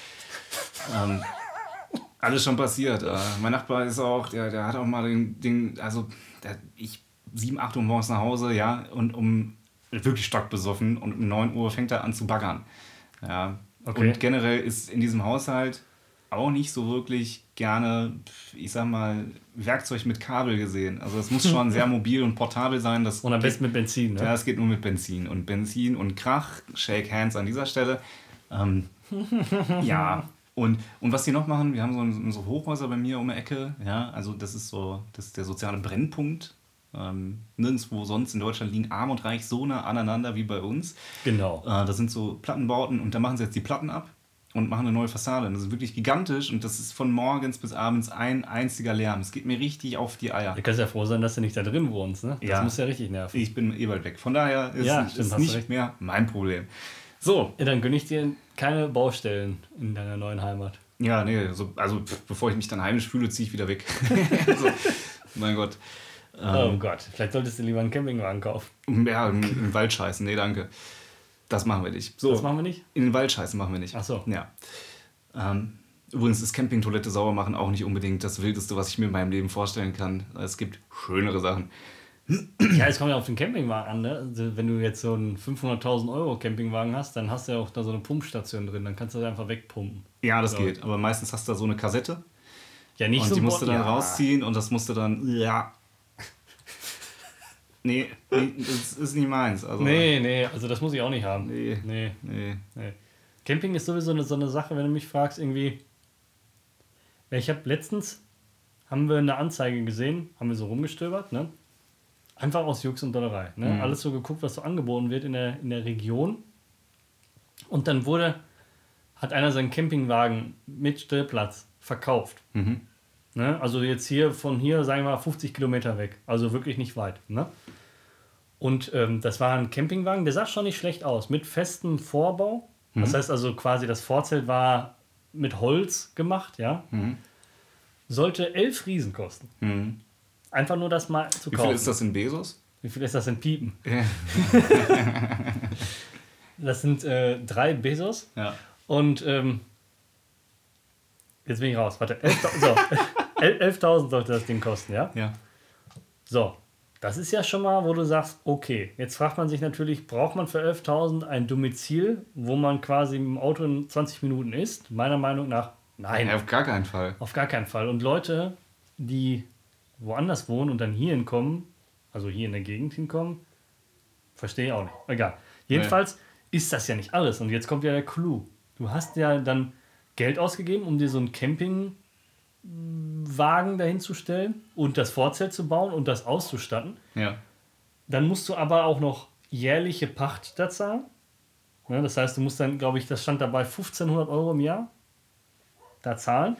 Alles schon passiert. Mein Nachbar ist auch, der hat auch mal ich 7, 8 Uhr morgens nach Hause, ja, und wirklich stockbesoffen und um 9 Uhr fängt er an zu baggern. Ja. Okay. Und generell ist in diesem Haushalt auch nicht so wirklich gerne, ich sag mal, Werkzeug mit Kabel gesehen. Also es muss schon sehr mobil und portabel sein.
Und am besten mit Benzin, ne?
Ja, es geht nur mit Benzin. Und Benzin und Krach, Shake Hands an dieser Stelle. Ja. Und was die noch machen, wir haben so Hochhäuser bei mir um die Ecke, ja, also das ist der soziale Brennpunkt. Nirgendwo sonst in Deutschland liegen Arm und Reich so nah aneinander wie bei uns.
Genau.
Das sind so Plattenbauten und da machen sie jetzt die Platten ab und machen eine neue Fassade. Und das ist wirklich gigantisch und das ist von morgens bis abends ein einziger Lärm. Es geht mir richtig auf die Eier.
Du kannst ja froh sein, dass du nicht da drin wohnst, ne? Das muss ja richtig nerven.
Ich bin bald weg. Von daher ist es nicht mehr mein Problem. So.
Ja, dann gönne ich dir keine Baustellen in deiner neuen Heimat.
Ja, nee, also bevor ich mich dann heimisch fühle, ziehe ich wieder weg. Also, mein Gott.
Oh Gott, vielleicht solltest du lieber einen Campingwagen kaufen.
Ja, in den Wald scheißen. Nee, danke. Das machen wir nicht. So,
das machen wir nicht?
In den Wald scheißen machen wir nicht.
Ach so.
Ja. Übrigens ist Campingtoilette sauber machen auch nicht unbedingt das Wildeste, was ich mir in meinem Leben vorstellen kann. Es gibt schönere Sachen.
Ja, es kommt ja auf den Campingwagen an, ne? Also, wenn du jetzt so einen 500.000 Euro Campingwagen hast, dann hast du ja auch da so eine Pumpstation drin, dann kannst du das einfach wegpumpen.
Ja, das geht. Aber meistens hast du da so eine Kassette.
Ja, nicht
und
so.
Und die musst du dann rausziehen und das musst du dann... Ja. Nee, das ist nicht meins. Also,
nee, also das muss ich auch nicht haben. Nee. Camping ist sowieso so eine Sache, wenn du mich fragst, irgendwie... Ich habe letztens, haben wir eine Anzeige gesehen, haben wir so rumgestöbert, ne? Einfach aus Jux und Dollerei. Ne? Mhm. Alles so geguckt, was so angeboten wird in der Region. Und dann hat einer seinen Campingwagen mit Stellplatz verkauft.
Mhm.
Ne? Also jetzt von hier, sagen wir mal, 50 Kilometer weg. Also wirklich nicht weit. Ne? Und das war ein Campingwagen, der sah schon nicht schlecht aus. Mit festem Vorbau. Mhm. Das heißt also quasi, das Vorzelt war mit Holz gemacht. Ja?
Mhm.
Sollte 11 Riesen kosten.
Mhm.
Einfach nur das mal zu kaufen.
Wie viel ist das in Pesos?
Wie viel ist das in Piepen?
Ja.
Das sind 3 Pesos.
Ja.
Und jetzt bin ich raus. Warte. 11.000 sollte das Ding kosten, ja?
Ja.
So. Das ist ja schon mal, wo du sagst, okay, jetzt fragt man sich natürlich, braucht man für 11.000 ein Domizil, wo man quasi im Auto in 20 Minuten ist? Meiner Meinung nach, nein.
Ja, auf gar keinen Fall.
Auf gar keinen Fall. Und Leute, die woanders wohnen und dann hier hinkommen, also hier in der Gegend hinkommen, verstehe ich auch nicht. Egal. Jedenfalls ist das ja nicht alles. Und jetzt kommt ja der Clou. Du hast ja dann Geld ausgegeben, um dir so einen Campingwagen dahin zu stellen und das Vorzelt zu bauen und das auszustatten.
Ja.
Dann musst du aber auch noch jährliche Pacht da zahlen. Ja, das heißt, du musst dann, glaube ich, das stand dabei, 1.500 Euro im Jahr da zahlen.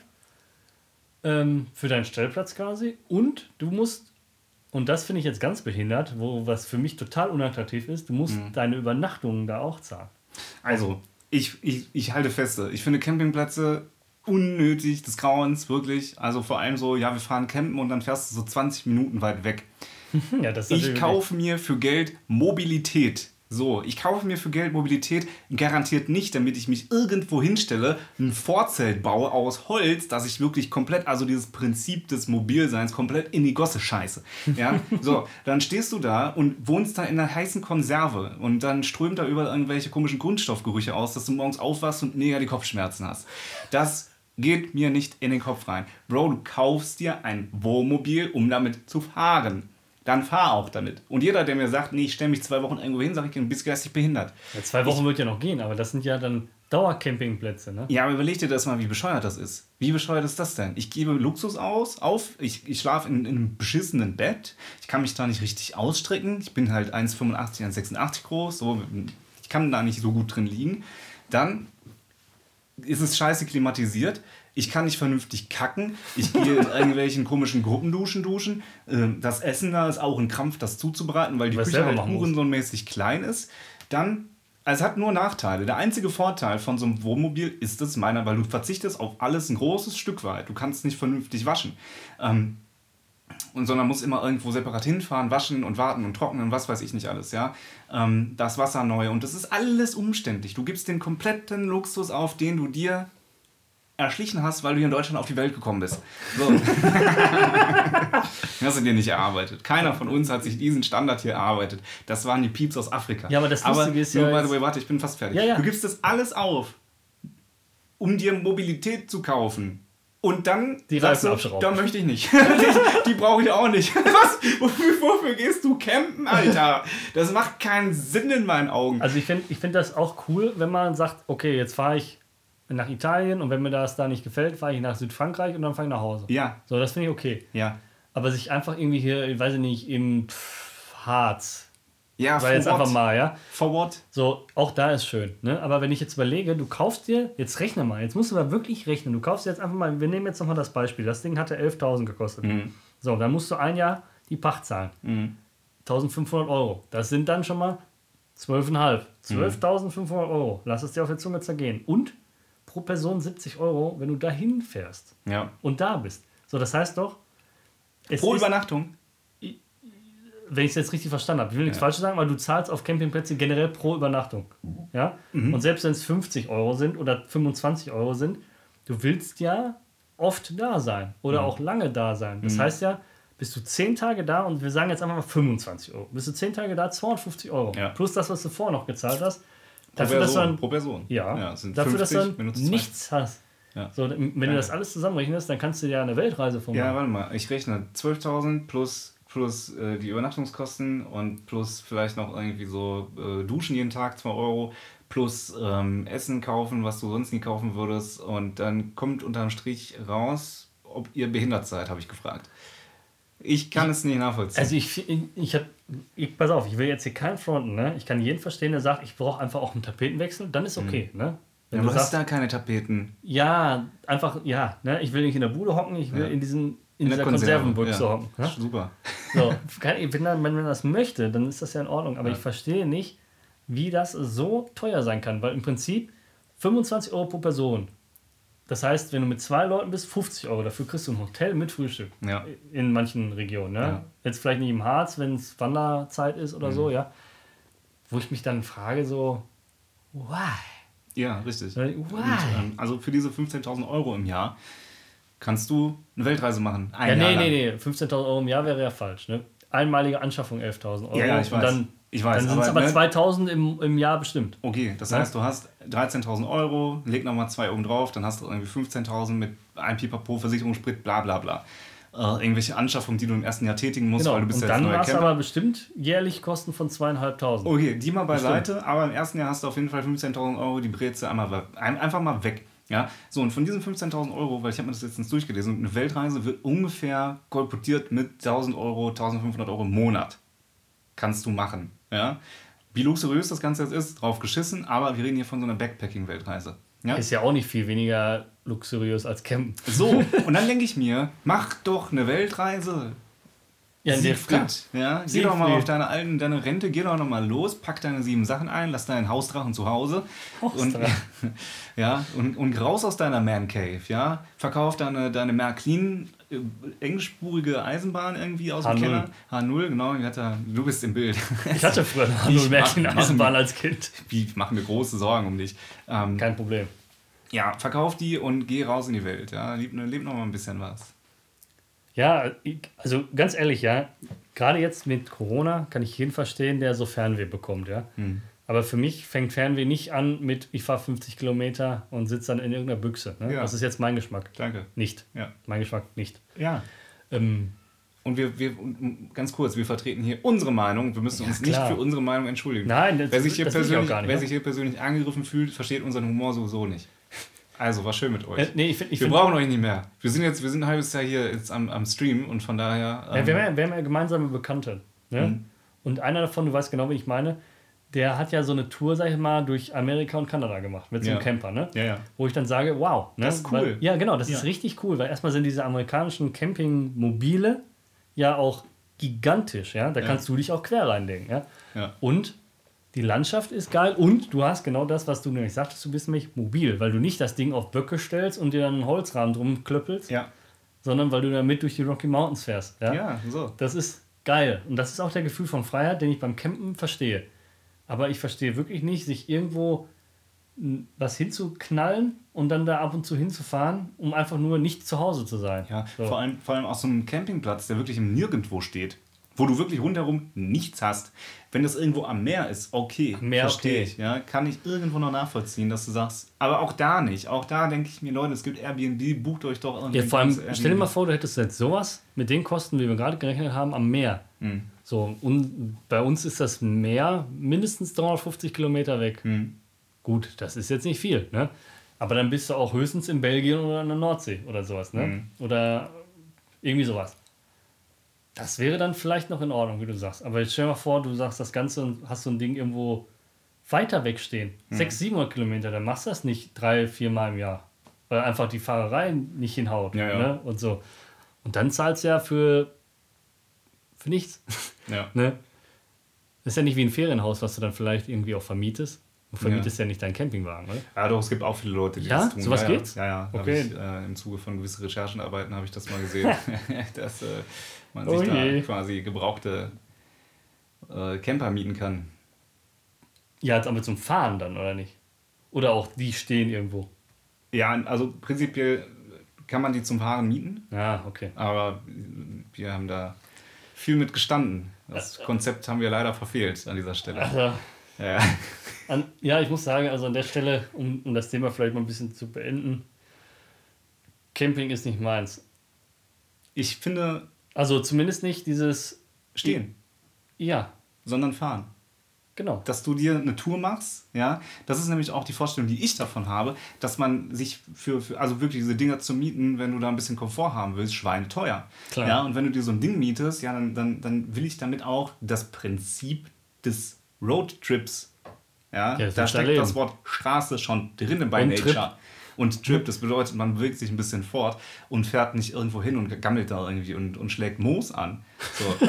Für deinen Stellplatz quasi. Und du musst, und das finde ich jetzt ganz behindert, was für mich total unattraktiv ist, du musst deine Übernachtungen da auch zahlen.
Also, ich halte feste, ich finde Campingplätze unnötig des Grauens, wirklich. Also vor allem so, ja, wir fahren campen und dann fährst du so 20 Minuten weit weg.
Ja, das
ich kaufe mir für Geld Mobilität. So, ich kaufe mir für Geld Mobilität garantiert nicht, damit ich mich irgendwo hinstelle, ein Vorzelt baue aus Holz, dass ich wirklich komplett, also dieses Prinzip des Mobilseins komplett in die Gosse scheiße. Ja, so, dann stehst du da und wohnst da in einer heißen Konserve und dann strömt da überall irgendwelche komischen Grundstoffgerüche aus, dass du morgens aufwachst und mega die Kopfschmerzen hast. Das geht mir nicht in den Kopf rein. Bro, du kaufst dir ein Wohnmobil, um damit zu fahren. Dann fahr auch damit. Und jeder, der mir sagt, nee, ich stelle mich 2 Wochen irgendwo hin, sage ich, du bist geistig behindert.
Ja, 2 Wochen wird ja noch gehen, aber das sind ja dann Dauercampingplätze, ne?
Ja, aber überleg dir das mal, wie bescheuert das ist. Wie bescheuert ist das denn? Ich gebe Luxus auf, ich schlafe in einem beschissenen Bett, ich kann mich da nicht richtig ausstrecken, ich bin halt 1,85, 1,86 groß, so, ich kann da nicht so gut drin liegen. Dann ist es scheiße klimatisiert. ich kann nicht vernünftig kacken, ich gehe in irgendwelchen komischen Gruppenduschen. Das Essen da ist auch ein Krampf, das zuzubereiten, weil die Küche halt hurensohnmäßig klein ist. Dann, es hat nur Nachteile. Der einzige Vorteil von so einem Wohnmobil ist es meiner, weil du verzichtest auf alles ein großes Stück weit. Du kannst nicht vernünftig waschen. Sondern muss immer irgendwo separat hinfahren, waschen und warten und trocknen und was weiß ich nicht alles, ja. Das Wasser neu und das ist alles umständlich. Du gibst den kompletten Luxus auf, den du dir erschlichen hast, weil du hier in Deutschland auf die Welt gekommen bist. So. Das hast du dir nicht erarbeitet. Keiner von uns hat sich diesen Standard hier erarbeitet. Das waren die Pieps aus Afrika.
Ja, aber das Lustige ist ja...
Warte, ich bin fast fertig. Ja. Du gibst das alles auf, um dir Mobilität zu kaufen. Und dann
die
sagst du, da möchte ich nicht. Die brauche ich auch nicht. Was? Wofür gehst du campen, Alter? Das macht keinen Sinn in meinen Augen.
Also ich find das auch cool, wenn man sagt, okay, jetzt fahre ich nach Italien und wenn mir das da nicht gefällt, fahre ich nach Südfrankreich und dann fahre ich nach Hause.
Ja.
So, das finde ich okay.
Ja.
Aber sich einfach irgendwie hier, ich weiß nicht, im Harz...
Ja,
weil jetzt einfach mal, ja.
For what?
So, auch da ist schön, ne? Aber wenn ich jetzt überlege, du kaufst dir, jetzt rechne mal, jetzt musst du mal wirklich rechnen, du kaufst dir jetzt einfach mal, wir nehmen jetzt nochmal das Beispiel, das Ding hatte 11.000 gekostet. Mhm. So, dann musst du ein Jahr die Pacht zahlen. 1.500 Euro. Das sind dann schon mal 12,5. 12.500 Euro. Lass es dir auf der Zunge zergehen. Und pro Person 70 Euro, wenn du dahin fährst.
Ja.
Und da bist. So, das heißt doch...
Pro Übernachtung?
Wenn ich es jetzt richtig verstanden habe. Ich will nichts Falsches sagen, weil du zahlst auf Campingplätze generell pro Übernachtung. Ja? Mhm. Und selbst wenn es 50 Euro sind oder 25 Euro sind, du willst ja oft da sein oder auch lange da sein. Das heißt ja, bist du 10 Tage da und wir sagen jetzt einfach mal 25 Euro. Bist du 10 Tage da, 250 Euro. Ja. Plus das, was du vorher noch gezahlt hast.
Pro Person.
Ja,
sind
dafür,
50,
dass du dann nichts hast.
Ja.
So, wenn du das alles zusammenrechnest, dann kannst du ja eine Weltreise von machen.
Ja, warte mal. Ich rechne 12.000 plus die Übernachtungskosten und plus vielleicht noch irgendwie so Duschen jeden Tag, 2 Euro, plus Essen kaufen, was du sonst nie kaufen würdest. Und dann kommt unterm Strich raus, ob ihr behindert seid, habe ich gefragt. Ich kann es nicht nachvollziehen.
Also pass auf, ich will jetzt hier keinen fronten, ne? Ich kann jeden verstehen, der sagt, ich brauche einfach auch einen Tapetenwechsel, dann ist okay, ne?
Wenn du hast da keine Tapeten.
Ja, einfach, ne? Ich will nicht in der Bude hocken, ich will in dieser Konservenbüchse hocken. Ne?
Super.
So, wenn man das möchte, dann ist das ja in Ordnung. Aber ich verstehe nicht, wie das so teuer sein kann. Weil im Prinzip 25 Euro pro Person. Das heißt, wenn du mit 2 Leuten bist, 50 Euro. Dafür kriegst du ein Hotel mit Frühstück. Ja. In manchen Regionen. Ne? Ja. Jetzt vielleicht nicht im Harz, wenn es Wanderzeit ist oder so. Ja. Wo ich mich dann frage so, why?
Ja, richtig.
Why?
Und, also für diese 15.000 Euro im Jahr kannst du eine Weltreise machen.
Nee. 15.000 Euro im Jahr wäre ja falsch. Ne? Einmalige Anschaffung 11.000 Euro.
Ja, ich weiß.
Dann sind es aber 2.000 im Jahr bestimmt.
Okay, das heißt, du hast 13.000 Euro, leg nochmal 2 oben drauf, dann hast du irgendwie 15.000 mit einem Pipapo, Versicherungssprit, bla bla bla. Irgendwelche Anschaffungen, die du im ersten Jahr tätigen musst, weil du bist ja jetzt neuer Camper. Und dann hast du aber bestimmt jährlich Kosten von 2.500.
Okay,
die mal beiseite, aber im ersten Jahr hast du auf jeden Fall 15.000 Euro, die Breze einfach mal weg. Ja, so, und von diesen 15.000 Euro, weil ich habe mir das jetzt durchgelesen, und eine Weltreise wird ungefähr kolportiert mit 1.000 Euro, 1.500 Euro im Monat. Kannst du machen. Ja? Wie luxuriös das Ganze jetzt ist, drauf geschissen, aber wir reden hier von so einer Backpacking-Weltreise. Ja?
Ist ja auch nicht viel weniger luxuriös als Campen.
So, und dann denke ich mir, mach doch eine Weltreise.
Ja,
Siegfried, ja, geh doch mal auf deine Rente, geh doch noch mal los, pack deine 7 Sachen ein, lass deinen Hausdrachen zu Hause und raus aus deiner Man Cave, ja, verkauf deine Märklin engspurige Eisenbahn irgendwie aus dem Keller. H0, genau, du bist im Bild.
Ich hatte früher eine H0 Märklin Eisenbahn als Kind.
Ich mache mir große Sorgen um dich.
Kein Problem.
Ja, verkauf die und geh raus in die Welt, ja, leb noch mal ein bisschen was.
Ja, also ganz ehrlich, ja, gerade jetzt mit Corona kann ich jeden verstehen, der so Fernweh bekommt, ja. Aber für mich fängt Fernweh nicht an mit, ich fahre 50 Kilometer und sitze dann in irgendeiner Büchse. Ne? Ja. Das ist jetzt mein Geschmack.
Danke.
Nicht. Ja. Mein Geschmack nicht.
Ja. Und wir ganz kurz, wir vertreten hier unsere Meinung. Wir müssen uns nicht für unsere Meinung entschuldigen.
Nein,
wer sich hier persönlich angegriffen fühlt, versteht unseren Humor sowieso nicht. Also, war schön mit euch. Wir brauchen euch nicht mehr. Wir sind ein halbes Jahr hier jetzt am Stream und von daher...
wir haben ja gemeinsame Bekannte. Ne? Und einer davon, du weißt genau, wie ich meine, der hat ja so eine Tour, sag ich mal, durch Amerika und Kanada gemacht, mit so einem Camper, ne?
Ja, ja.
Wo ich dann sage, wow. Ne?
Das ist cool.
Ja, genau, das ist richtig cool, weil erstmal sind diese amerikanischen Campingmobile ja auch gigantisch, ja? Da kannst du dich auch quer reinlegen, ja?
Ja.
Und die Landschaft ist geil und du hast genau das, was du nämlich sagtest, du bist nämlich mobil, weil du nicht das Ding auf Böcke stellst und dir dann einen Holzrahmen drum klöppelst, sondern weil du damit durch die Rocky Mountains fährst. Ja,
so.
Das ist geil und das ist auch der Gefühl von Freiheit, den ich beim Campen verstehe. Aber ich verstehe wirklich nicht, sich irgendwo was hinzuknallen und dann da ab und zu hinzufahren, um einfach nur nicht zu Hause zu sein.
Ja, so. vor allem auf so einem Campingplatz, der wirklich im Nirgendwo steht, wo du wirklich rundherum nichts hast. Wenn das irgendwo am Meer ist, okay, verstehe ich. Ja, kann ich irgendwo noch nachvollziehen, dass du sagst, aber auch da nicht. Auch da denke ich mir, Leute, es gibt Airbnb, bucht euch doch irgendwie.
Ja, vor allem, stell dir mal vor, du hättest jetzt sowas mit den Kosten, wie wir gerade gerechnet haben, am Meer. So, und bei uns ist das Meer mindestens 350 Kilometer weg. Gut, das ist jetzt nicht viel, ne? Aber dann bist du auch höchstens in Belgien oder in der Nordsee oder sowas, ne? Oder irgendwie sowas. Das wäre dann vielleicht noch in Ordnung, wie du sagst. Aber jetzt stell dir mal vor, du sagst das Ganze und hast so ein Ding irgendwo weiter wegstehen. 600, 700 Kilometer, dann machst du das nicht 3-4 Mal im Jahr. Weil einfach die Fahrerei nicht hinhaut. Ne? Und so. Und dann zahlst du ja für nichts.
Ja.
Ne? Das ist ja nicht wie ein Ferienhaus, was du dann vielleicht irgendwie auch vermietest. Du vermietest ja nicht deinen Campingwagen, oder?
Ja, doch, es gibt auch viele Leute, die das tun.
Sowas geht's?
Ja.
Okay.
Ich, im Zuge von gewissen Recherchenarbeiten habe ich das mal gesehen, dass man sich da quasi gebrauchte Camper mieten kann.
Ja, jetzt aber zum Fahren dann, oder nicht? Oder auch die stehen irgendwo?
Ja, also prinzipiell kann man die zum Fahren mieten.
Ja, okay.
Aber wir haben da viel mit gestanden. Das Konzept haben wir leider verfehlt an dieser Stelle.
Also,
ja.
Ich muss sagen, also an der Stelle, um das Thema vielleicht mal ein bisschen zu beenden, Camping ist nicht meins.
Ich finde...
Also zumindest nicht dieses...
Stehen.
Ja.
Sondern fahren.
Genau.
Dass du dir eine Tour machst, ja, das ist nämlich auch die Vorstellung, die ich davon habe, dass man sich für also wirklich diese Dinger zu mieten, wenn du da ein bisschen Komfort haben willst, schweineteuer.
Klar.
Ja, und wenn du dir so ein Ding mietest, ja, dann will ich damit auch das Prinzip des Roadtrips, ja da steckt das Wort Straße schon drin bei Nature. Trip. Und Trip, das bedeutet, man bewegt sich ein bisschen fort und fährt nicht irgendwo hin und gammelt da irgendwie und schlägt Moos an. So.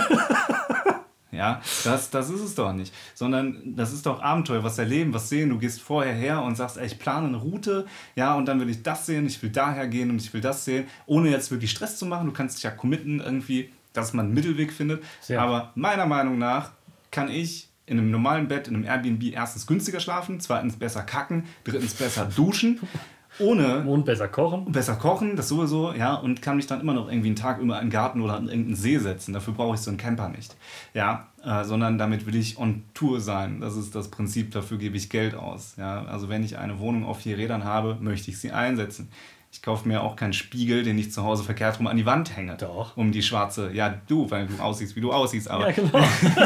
Ja, das ist es doch nicht. Sondern das ist doch Abenteuer, was erleben, was sehen. Du gehst vorher her und sagst, ey, ich plane eine Route, ja, und dann will ich das sehen, ich will daher gehen und ich will das sehen, ohne jetzt wirklich Stress zu machen. Du kannst dich ja committen irgendwie, dass man einen Mittelweg findet. Ja. Aber meiner Meinung nach kann ich in einem normalen Bett, in einem Airbnb erstens günstiger schlafen, zweitens besser kacken, drittens besser duschen. Und
besser kochen.
Besser kochen, das sowieso, ja, und kann mich dann immer noch irgendwie einen Tag über einen Garten oder an irgendeinen See setzen. Dafür brauche ich so einen Camper nicht. Ja, sondern damit will ich on Tour sein. Das ist das Prinzip, dafür gebe ich Geld aus. Ja, also wenn ich eine Wohnung auf 4 Rädern habe, möchte ich sie einsetzen. Ich kaufe mir auch keinen Spiegel, den ich zu Hause verkehrt rum an die Wand hänge.
Doch.
Um die schwarze, ja du, weil du aussiehst, wie du aussiehst. Aber
ja, genau.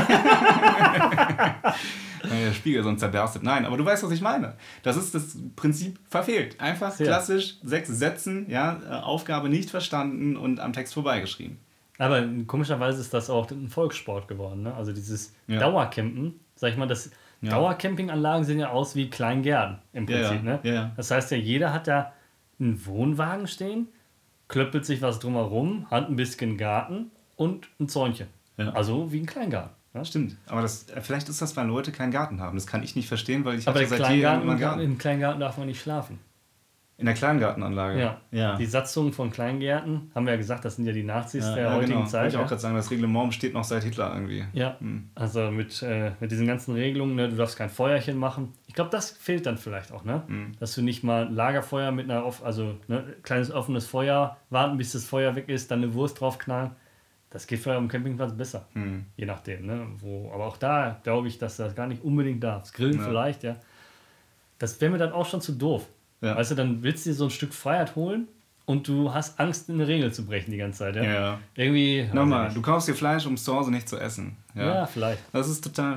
Der Spiegel sonst zerberstet. Nein, aber du weißt, was ich meine. Das ist das Prinzip verfehlt. Einfach klassisch 6 Sätzen, ja, Aufgabe nicht verstanden und am Text vorbeigeschrieben.
Aber komischerweise ist das auch ein Volkssport geworden. Ne? Also dieses Dauercampen, sag ich mal, Dauercampinganlagen sehen ja aus wie Kleingärten im Prinzip. Ne?
Ja.
Das heißt ja, jeder hat da einen Wohnwagen stehen, klöppelt sich was drumherum, hat ein bisschen Garten und ein Zäunchen.
Ja.
Also wie ein Kleingarten. Ja?
Stimmt, aber vielleicht ist das, weil Leute keinen Garten haben. Das kann ich nicht verstehen, weil ich
habe
seit Jahren immer einen
Garten. Im Kleingarten darf man nicht schlafen.
In der Kleingartenanlage?
Ja. Die Satzungen von Kleingärten, haben wir ja gesagt, das sind ja die Nazis der heutigen Zeit.
Wollte ich auch gerade sagen, das Reglement besteht noch seit Hitler irgendwie.
Ja, also mit diesen ganzen Regelungen, ne, du darfst kein Feuerchen machen. Ich glaube, das fehlt dann vielleicht auch, ne? Dass du nicht mal ein Lagerfeuer mit einer, kleines offenes Feuer, warten bis das Feuer weg ist, dann eine Wurst draufknallen. Das geht vielleicht am Campingplatz besser, je nachdem. Ne? Aber auch da glaube ich, dass das gar nicht unbedingt darf. Das Grillen vielleicht, ja. Das wäre mir dann auch schon zu doof. Ja. Weißt du, dann willst du dir so ein Stück Freiheit holen und du hast Angst, eine Regel zu brechen die ganze Zeit. Ja.
Ja.
Irgendwie.
Nochmal, du kaufst dir Fleisch, um es zu Hause nicht zu essen.
Ja, vielleicht.
Das ist total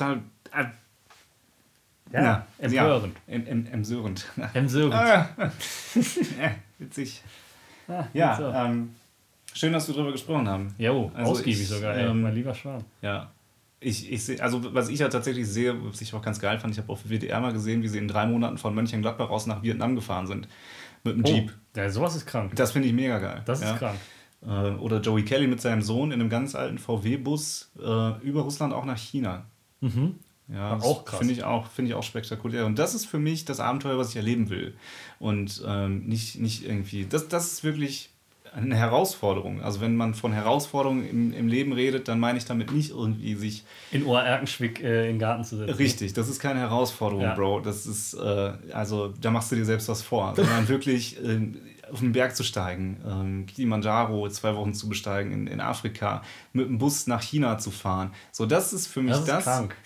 empörend.
Emsörend.
Emsörend.
Witzig.
Ja,
schön, dass wir darüber gesprochen haben.
Jo, also ausgiebig sogar, mein lieber Schwan.
Ja. ich sehe, also was ich ja tatsächlich sehe, was ich auch ganz geil fand, ich habe auf WDR mal gesehen, wie sie in 3 Monaten von Mönchengladbach aus nach Vietnam gefahren sind. Mit dem Jeep.
Ja, sowas ist krank.
Das finde ich mega geil.
Das ist krank.
Oder Joey Kelly mit seinem Sohn in einem ganz alten VW-Bus über Russland auch nach China.
Mhm.
Ja,
auch krass.
Finde ich auch spektakulär. Und das ist für mich das Abenteuer, was ich erleben will. Und nicht irgendwie. Das ist wirklich eine Herausforderung. Also wenn man von Herausforderungen im Leben redet, dann meine ich damit nicht irgendwie sich...
In Ohr-Erkenschwick in den Garten zu setzen.
Richtig, das ist keine Herausforderung, ja. Bro. Das ist, also da machst du dir selbst was vor. Sondern wirklich auf den Berg zu steigen, Kilimanjaro 2 Wochen zu besteigen in Afrika, mit dem Bus nach China zu fahren. So, das ist für mich das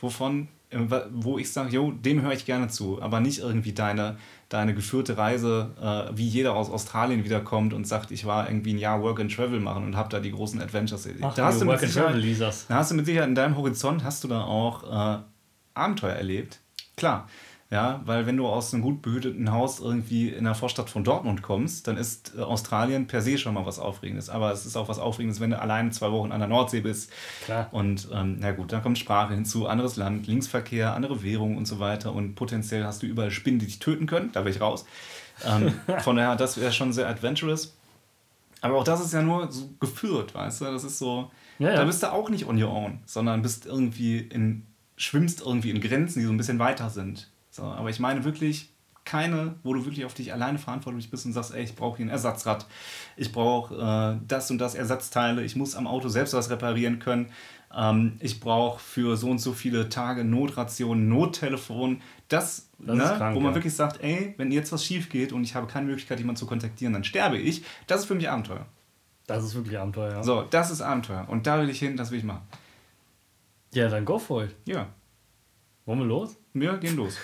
wo ich sage, jo, dem höre ich gerne zu. Aber nicht irgendwie deine geführte Reise, wie jeder aus Australien wiederkommt und sagt, ich war irgendwie ein Jahr Work and Travel machen und habe da die großen Adventures. Da hast du mit Sicherheit in deinem Horizont hast du da auch Abenteuer erlebt. Klar. Ja, weil wenn du aus einem gut behüteten Haus irgendwie in der Vorstadt von Dortmund kommst, dann ist Australien per se schon mal was Aufregendes. Aber es ist auch was Aufregendes, wenn du allein 2 Wochen an der Nordsee bist. Klar. Und na gut, dann kommt Sprache hinzu, anderes Land, Linksverkehr, andere Währung und so weiter. Und potenziell hast du überall Spinnen, die dich töten können. Da wäre ich raus. Von daher, das wäre schon sehr adventurous. Aber auch das ist ja nur so geführt, weißt du? Das ist so, da bist du auch nicht on your own, sondern schwimmst irgendwie in Grenzen, die so ein bisschen weiter sind. So, aber ich meine wirklich keine, wo du wirklich auf dich alleine verantwortlich bist und sagst, ey, ich brauche hier ein Ersatzrad, ich brauche das und das Ersatzteile, ich muss am Auto selbst was reparieren können, ich brauche für so und so viele Tage Notrationen, Nottelefon, das ist krank, wo man wirklich sagt, ey, wenn jetzt was schief geht und ich habe keine Möglichkeit, jemanden zu kontaktieren, dann sterbe ich. Das ist für mich Abenteuer.
Das ist wirklich Abenteuer, ja.
So, das ist Abenteuer und da will ich hin, das will ich machen.
Ja, dann go for it.
Ja.
Wollen wir los?
Wir gehen los.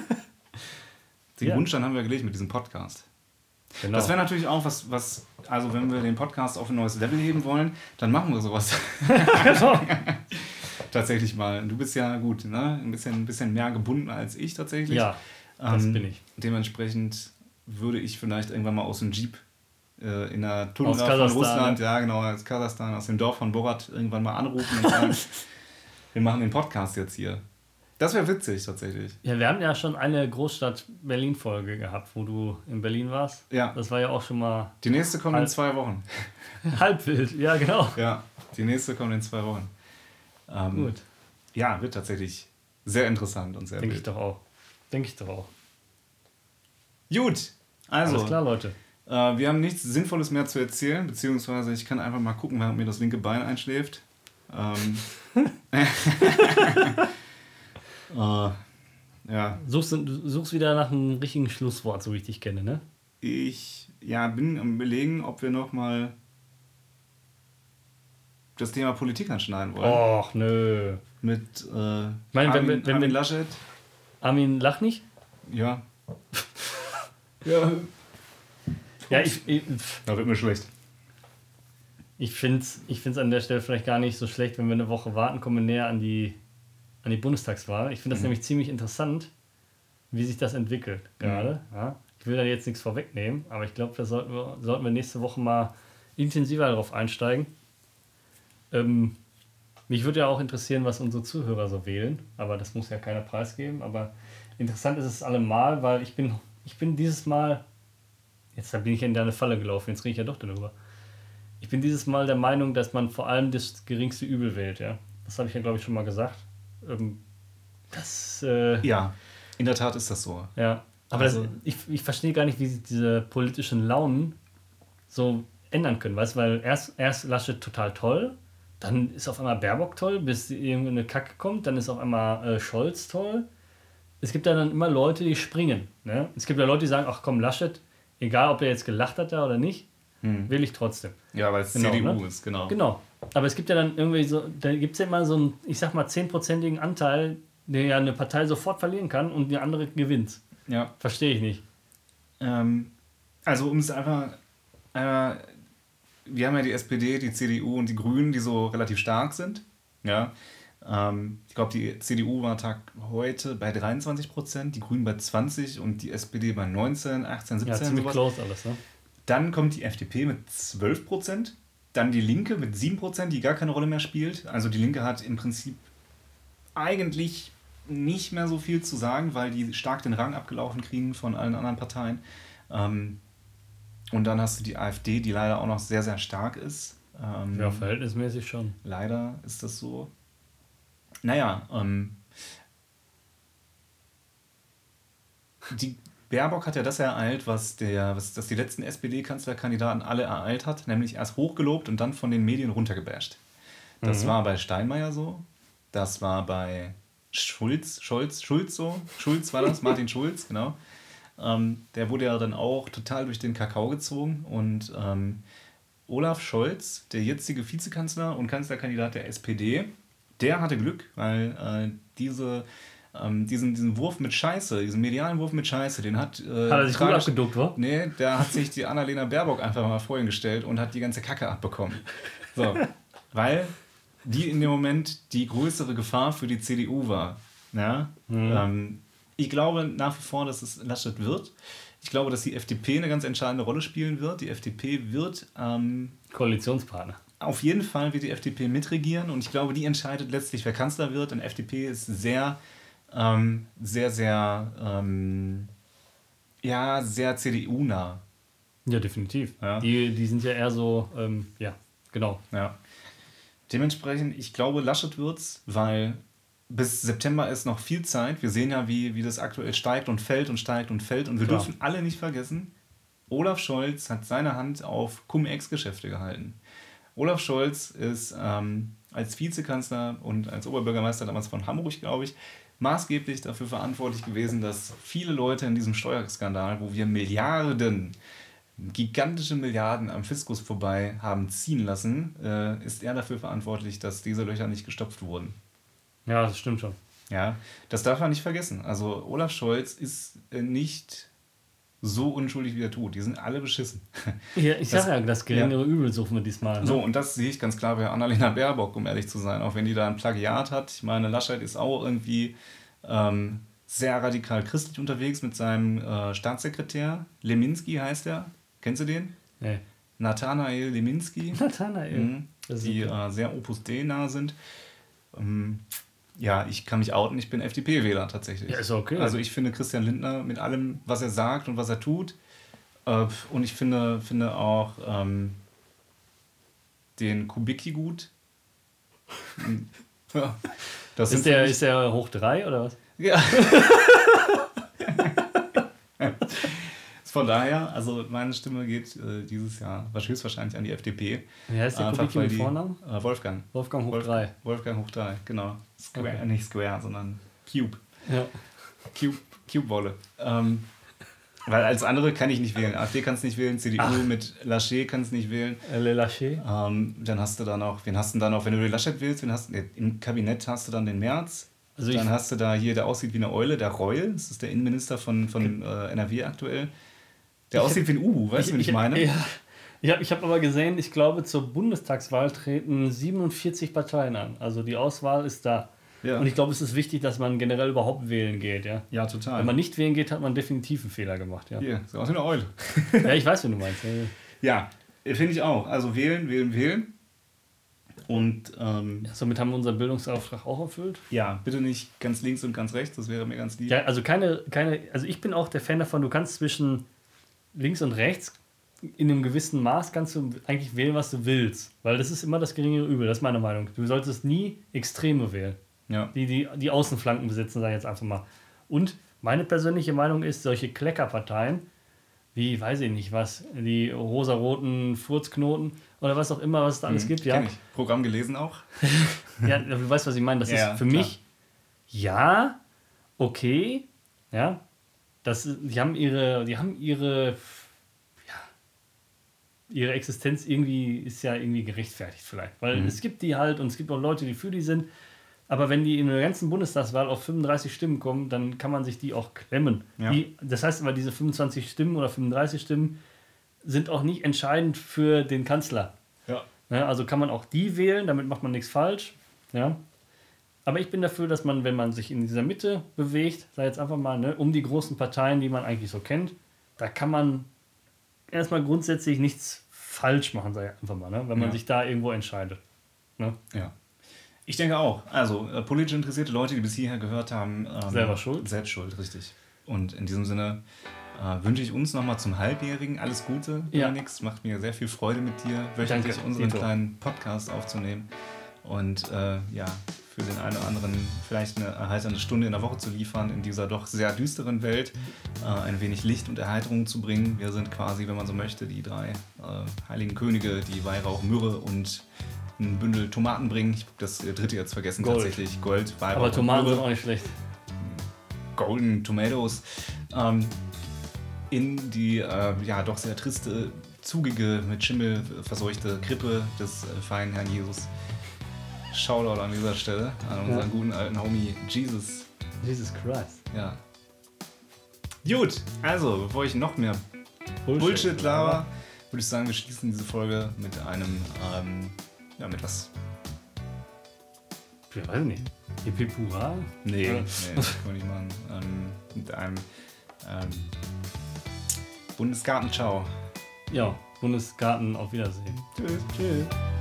Den Grundstein haben wir gelegt mit diesem Podcast. Genau. Das wäre natürlich auch was, also wenn wir den Podcast auf ein neues Level heben wollen, dann machen wir sowas. Tatsächlich mal. Du bist ja gut, ne? Ein bisschen mehr gebunden als ich tatsächlich.
Ja, das bin ich.
Dementsprechend würde ich vielleicht irgendwann mal aus dem Jeep in der Tundra von Russland, ja genau, aus Kasachstan, aus dem Dorf von Borat irgendwann mal anrufen und sagen, wir machen den Podcast jetzt hier. Das wäre witzig, tatsächlich.
Ja, wir haben ja schon eine Großstadt-Berlin-Folge gehabt, wo du in Berlin warst.
Ja.
Das war ja auch schon mal...
Die nächste kommt in 2 Wochen.
Halbwild, ja, genau.
Ja, die nächste kommt in 2 Wochen.
Gut.
Ja, wird tatsächlich sehr interessant und sehr
wild. Denke ich doch auch.
Gut, also...
Alles klar, Leute.
Wir haben nichts Sinnvolles mehr zu erzählen, beziehungsweise ich kann einfach mal gucken, während mir das linke Bein einschläft. Ja.
Du suchst wieder nach einem richtigen Schlusswort, so wie ich dich kenne, ne?
Ich bin am Überlegen, ob wir nochmal das Thema Politik anschneiden wollen.
Och, nö.
Mit
Armin
Laschet.
Armin Lach nicht?
Ja.
Ja. Ja,
da wird mir schlecht.
Ich find's an der Stelle vielleicht gar nicht so schlecht, wenn wir eine Woche warten, kommen wir näher an die Bundestagswahl. Ich finde das nämlich ziemlich interessant, wie sich das entwickelt gerade. Ja. Ich will da jetzt nichts vorwegnehmen, aber ich glaube, da sollten wir nächste Woche mal intensiver darauf einsteigen. Mich würde ja auch interessieren, was unsere Zuhörer so wählen, aber das muss ja keiner preisgeben. Aber interessant ist es allemal, weil ich bin dieses Mal, jetzt bin ich in deine Falle gelaufen, jetzt rede ich ja doch darüber. Ich bin dieses Mal der Meinung, dass man vor allem das geringste Übel wählt. Ja? Das habe ich ja, glaube ich, schon mal gesagt.
Ja, in der Tat ist das so.
Ja, aber also, ich verstehe gar nicht, wie sich diese politischen Launen so ändern können. Weißt du, weil erst Laschet total toll, dann ist auf einmal Baerbock toll, bis irgendeine Kacke kommt, dann ist auf einmal Scholz toll. Es gibt ja dann immer Leute, die springen. Ne? Es gibt ja Leute, die sagen, ach komm, Laschet, egal ob der jetzt gelacht hat da oder nicht, will ich trotzdem.
Ja, weil es CDU ist, genau.
Genau. Aber es gibt ja dann irgendwie so, da gibt es ja immer so einen, ich sag mal, 10%igen Anteil, der ja eine Partei sofort verlieren kann und die andere gewinnt.
Ja.
Verstehe ich nicht.
Also um es einfach, wir haben ja die SPD, die CDU und die Grünen, die so relativ stark sind. Ja. Ich glaube, die CDU war heute bei 23%, die Grünen bei 20% und die SPD bei 19, 18, 17.
Ja, ziemlich close alles, ne?
Dann kommt die FDP mit 12%, dann die Linke mit 7%, die gar keine Rolle mehr spielt. Also die Linke hat im Prinzip eigentlich nicht mehr so viel zu sagen, weil die stark den Rang abgelaufen kriegen von allen anderen Parteien. Und dann hast du die AfD, die leider auch noch sehr, sehr stark ist.
Ja, verhältnismäßig schon.
Leider ist das so. Naja, die Baerbock hat ja das ereilt, was die letzten SPD-Kanzlerkandidaten alle ereilt hat, nämlich erst hochgelobt und dann von den Medien runtergebasht. Das war bei Steinmeier so, das war bei Schulz so, Schulz war das, Martin Schulz, genau. Der wurde ja dann auch total durch den Kakao gezogen und Olaf Scholz, der jetzige Vizekanzler und Kanzlerkandidat der SPD, der hatte Glück, weil diesen Wurf mit Scheiße, diesen medialen Wurf mit Scheiße, den hat
er sich gut abgeduckt, wa?
Nee, da hat sich die Annalena Baerbock einfach mal vor ihn gestellt und hat die ganze Kacke abbekommen. So, weil die in dem Moment die größere Gefahr für die CDU war. Ja? Ich glaube nach wie vor, dass es Laschet wird. Ich glaube, dass die FDP eine ganz entscheidende Rolle spielen wird. Die FDP wird
Koalitionspartner.
Auf jeden Fall wird die FDP mitregieren und ich glaube, die entscheidet letztlich, wer Kanzler wird. Und FDP ist sehr CDU-nah.
Ja, definitiv. Ja. Die sind ja eher so, genau.
Ja. Dementsprechend, ich glaube, Laschet wird's, weil bis September ist noch viel Zeit. Wir sehen ja, wie das aktuell steigt und fällt und steigt und fällt. Und wir dürfen alle nicht vergessen, Olaf Scholz hat seine Hand auf Cum-Ex-Geschäfte gehalten. Olaf Scholz ist als Vizekanzler und als Oberbürgermeister damals von Hamburg, glaube ich, maßgeblich dafür verantwortlich gewesen, dass viele Leute in diesem Steuerskandal, wo wir gigantische Milliarden am Fiskus vorbei haben ziehen lassen, ist er dafür verantwortlich, dass diese Löcher nicht gestopft wurden.
Ja, das stimmt schon.
Ja, das darf man nicht vergessen. Also Olaf Scholz ist nicht so unschuldig, wie er tut. Die sind alle beschissen.
Ja, ich sage ja, das geringere Übel suchen wir diesmal. Ne?
So, und das sehe ich ganz klar bei Annalena Baerbock, um ehrlich zu sein. Auch wenn die da ein Plagiat hat. Ich meine, Laschet ist auch irgendwie sehr radikal christlich unterwegs mit seinem Staatssekretär. Leminski heißt er. Kennst du den?
Nee.
Nathanael Leminski.
Nathanael.
Die sehr Opus Dei nah sind. Ja, ich kann mich outen, ich bin FDP-Wähler tatsächlich.
Ja, ist okay.
Also ich finde Christian Lindner mit allem, was er sagt und was er tut. Und ich finde auch den Kubicki gut. Ja, das
ist der hoch 3 oder was?
Ja. Von daher, also meine Stimme geht dieses Jahr höchstwahrscheinlich an die FDP.
Wie heißt der Kubicki mit Vornamen?
Wolfgang.
Wolfgang hoch 3.
Wolfgang hoch 3, genau. Square, okay. Nicht Square, sondern Cube.
Ja.
Cube-Wolle. Weil als andere kann ich nicht wählen. AfD kann es nicht wählen, CDU mit Laschet kann es nicht wählen.
Laschet.
Dann hast du da noch, wen hast du da noch, wenn du den Laschet wählst, im Kabinett hast du dann den Merz. Also dann hast du da hier, der aussieht wie eine Eule, der Reul, das ist der Innenminister von NRW aktuell. Der aussieht wie ein Uhu, weißt du, was ich meine?
Ja, ich habe aber gesehen, ich glaube, zur Bundestagswahl treten 47 Parteien an. Also die Auswahl ist da. Ja. Und ich glaube, es ist wichtig, dass man generell überhaupt wählen geht. Ja,
ja, total.
Wenn man nicht wählen geht, hat man definitiv einen Fehler gemacht. Ja.
Hier, so aus wie eine Eule.
Ja, ich weiß, wie du meinst.
Ja, finde ich auch. Also wählen. Und
somit haben wir unseren Bildungsauftrag auch erfüllt.
Ja, bitte nicht ganz links und ganz rechts, das wäre mir ganz lieb.
Ja, also also ich bin auch der Fan davon, du kannst zwischen links und rechts in einem gewissen Maß kannst du eigentlich wählen, was du willst. Weil das ist immer das geringere Übel, das ist meine Meinung. Du solltest nie Extreme wählen.
Ja.
Die Außenflanken besitzen, sage ich jetzt einfach mal. Und meine persönliche Meinung ist, solche Kleckerparteien, wie, weiß ich nicht was, die rosaroten Furzknoten oder was auch immer, was es da alles gibt. Ja.
Kenn ich. Programm gelesen auch.
Ja, du weißt, was ich meine. Das ist für mich, ja, okay, ja, die haben ihre Existenz ist ja irgendwie gerechtfertigt vielleicht. Weil es gibt die halt und es gibt auch Leute, die für die sind. Aber wenn die in der ganzen Bundestagswahl auf 35 Stimmen kommen, dann kann man sich die auch klemmen.
Ja.
Das heißt aber, diese 25 Stimmen oder 35 Stimmen sind auch nicht entscheidend für den Kanzler.
Ja.
Ja, also kann man auch die wählen, damit macht man nichts falsch. Ja. Aber ich bin dafür, dass man, wenn man sich in dieser Mitte bewegt, sei jetzt einfach mal, um die großen Parteien, die man eigentlich so kennt, da kann man erstmal grundsätzlich nichts falsch machen, sei einfach mal, wenn man sich da irgendwo entscheidet. Ne?
Ja. Ich denke auch. Also politisch interessierte Leute, die bis hierher gehört haben.
Selber schuld.
Selbst schuld, richtig. Und in diesem Sinne wünsche ich uns nochmal zum Halbjährigen alles Gute.
Ja.
Nix. Macht mir sehr viel Freude mit dir, wöchentlich unseren kleinen Podcast aufzunehmen. Und für den einen oder anderen vielleicht eine erheiternde Stunde in der Woche zu liefern, in dieser doch sehr düsteren Welt ein wenig Licht und Erheiterung zu bringen. Wir sind quasi, wenn man so möchte, die 3 heiligen Könige, die Weihrauch, Myrrhe und ein Bündel Tomaten bringen. Ich habe das dritte jetzt vergessen, Gold. Tatsächlich. Gold, Weihrauch.
Aber Tomaten sind auch nicht schlecht.
Golden Tomatoes. In die doch sehr triste, zugige, mit Schimmel verseuchte Krippe des feinen Herrn Jesus. Shoutout an dieser Stelle an unseren guten alten Homie Jesus.
Jesus Christ.
Ja. Gut, also bevor ich noch mehr Bullshit laber, würde ich sagen, wir schließen diese Folge mit einem, mit was?
Ich weiß nicht. Epipura?
Nee, das kann man nicht machen. Mit einem Bundesgarten, ciao.
Ja, Bundesgarten, auf Wiedersehen.
Tschüss.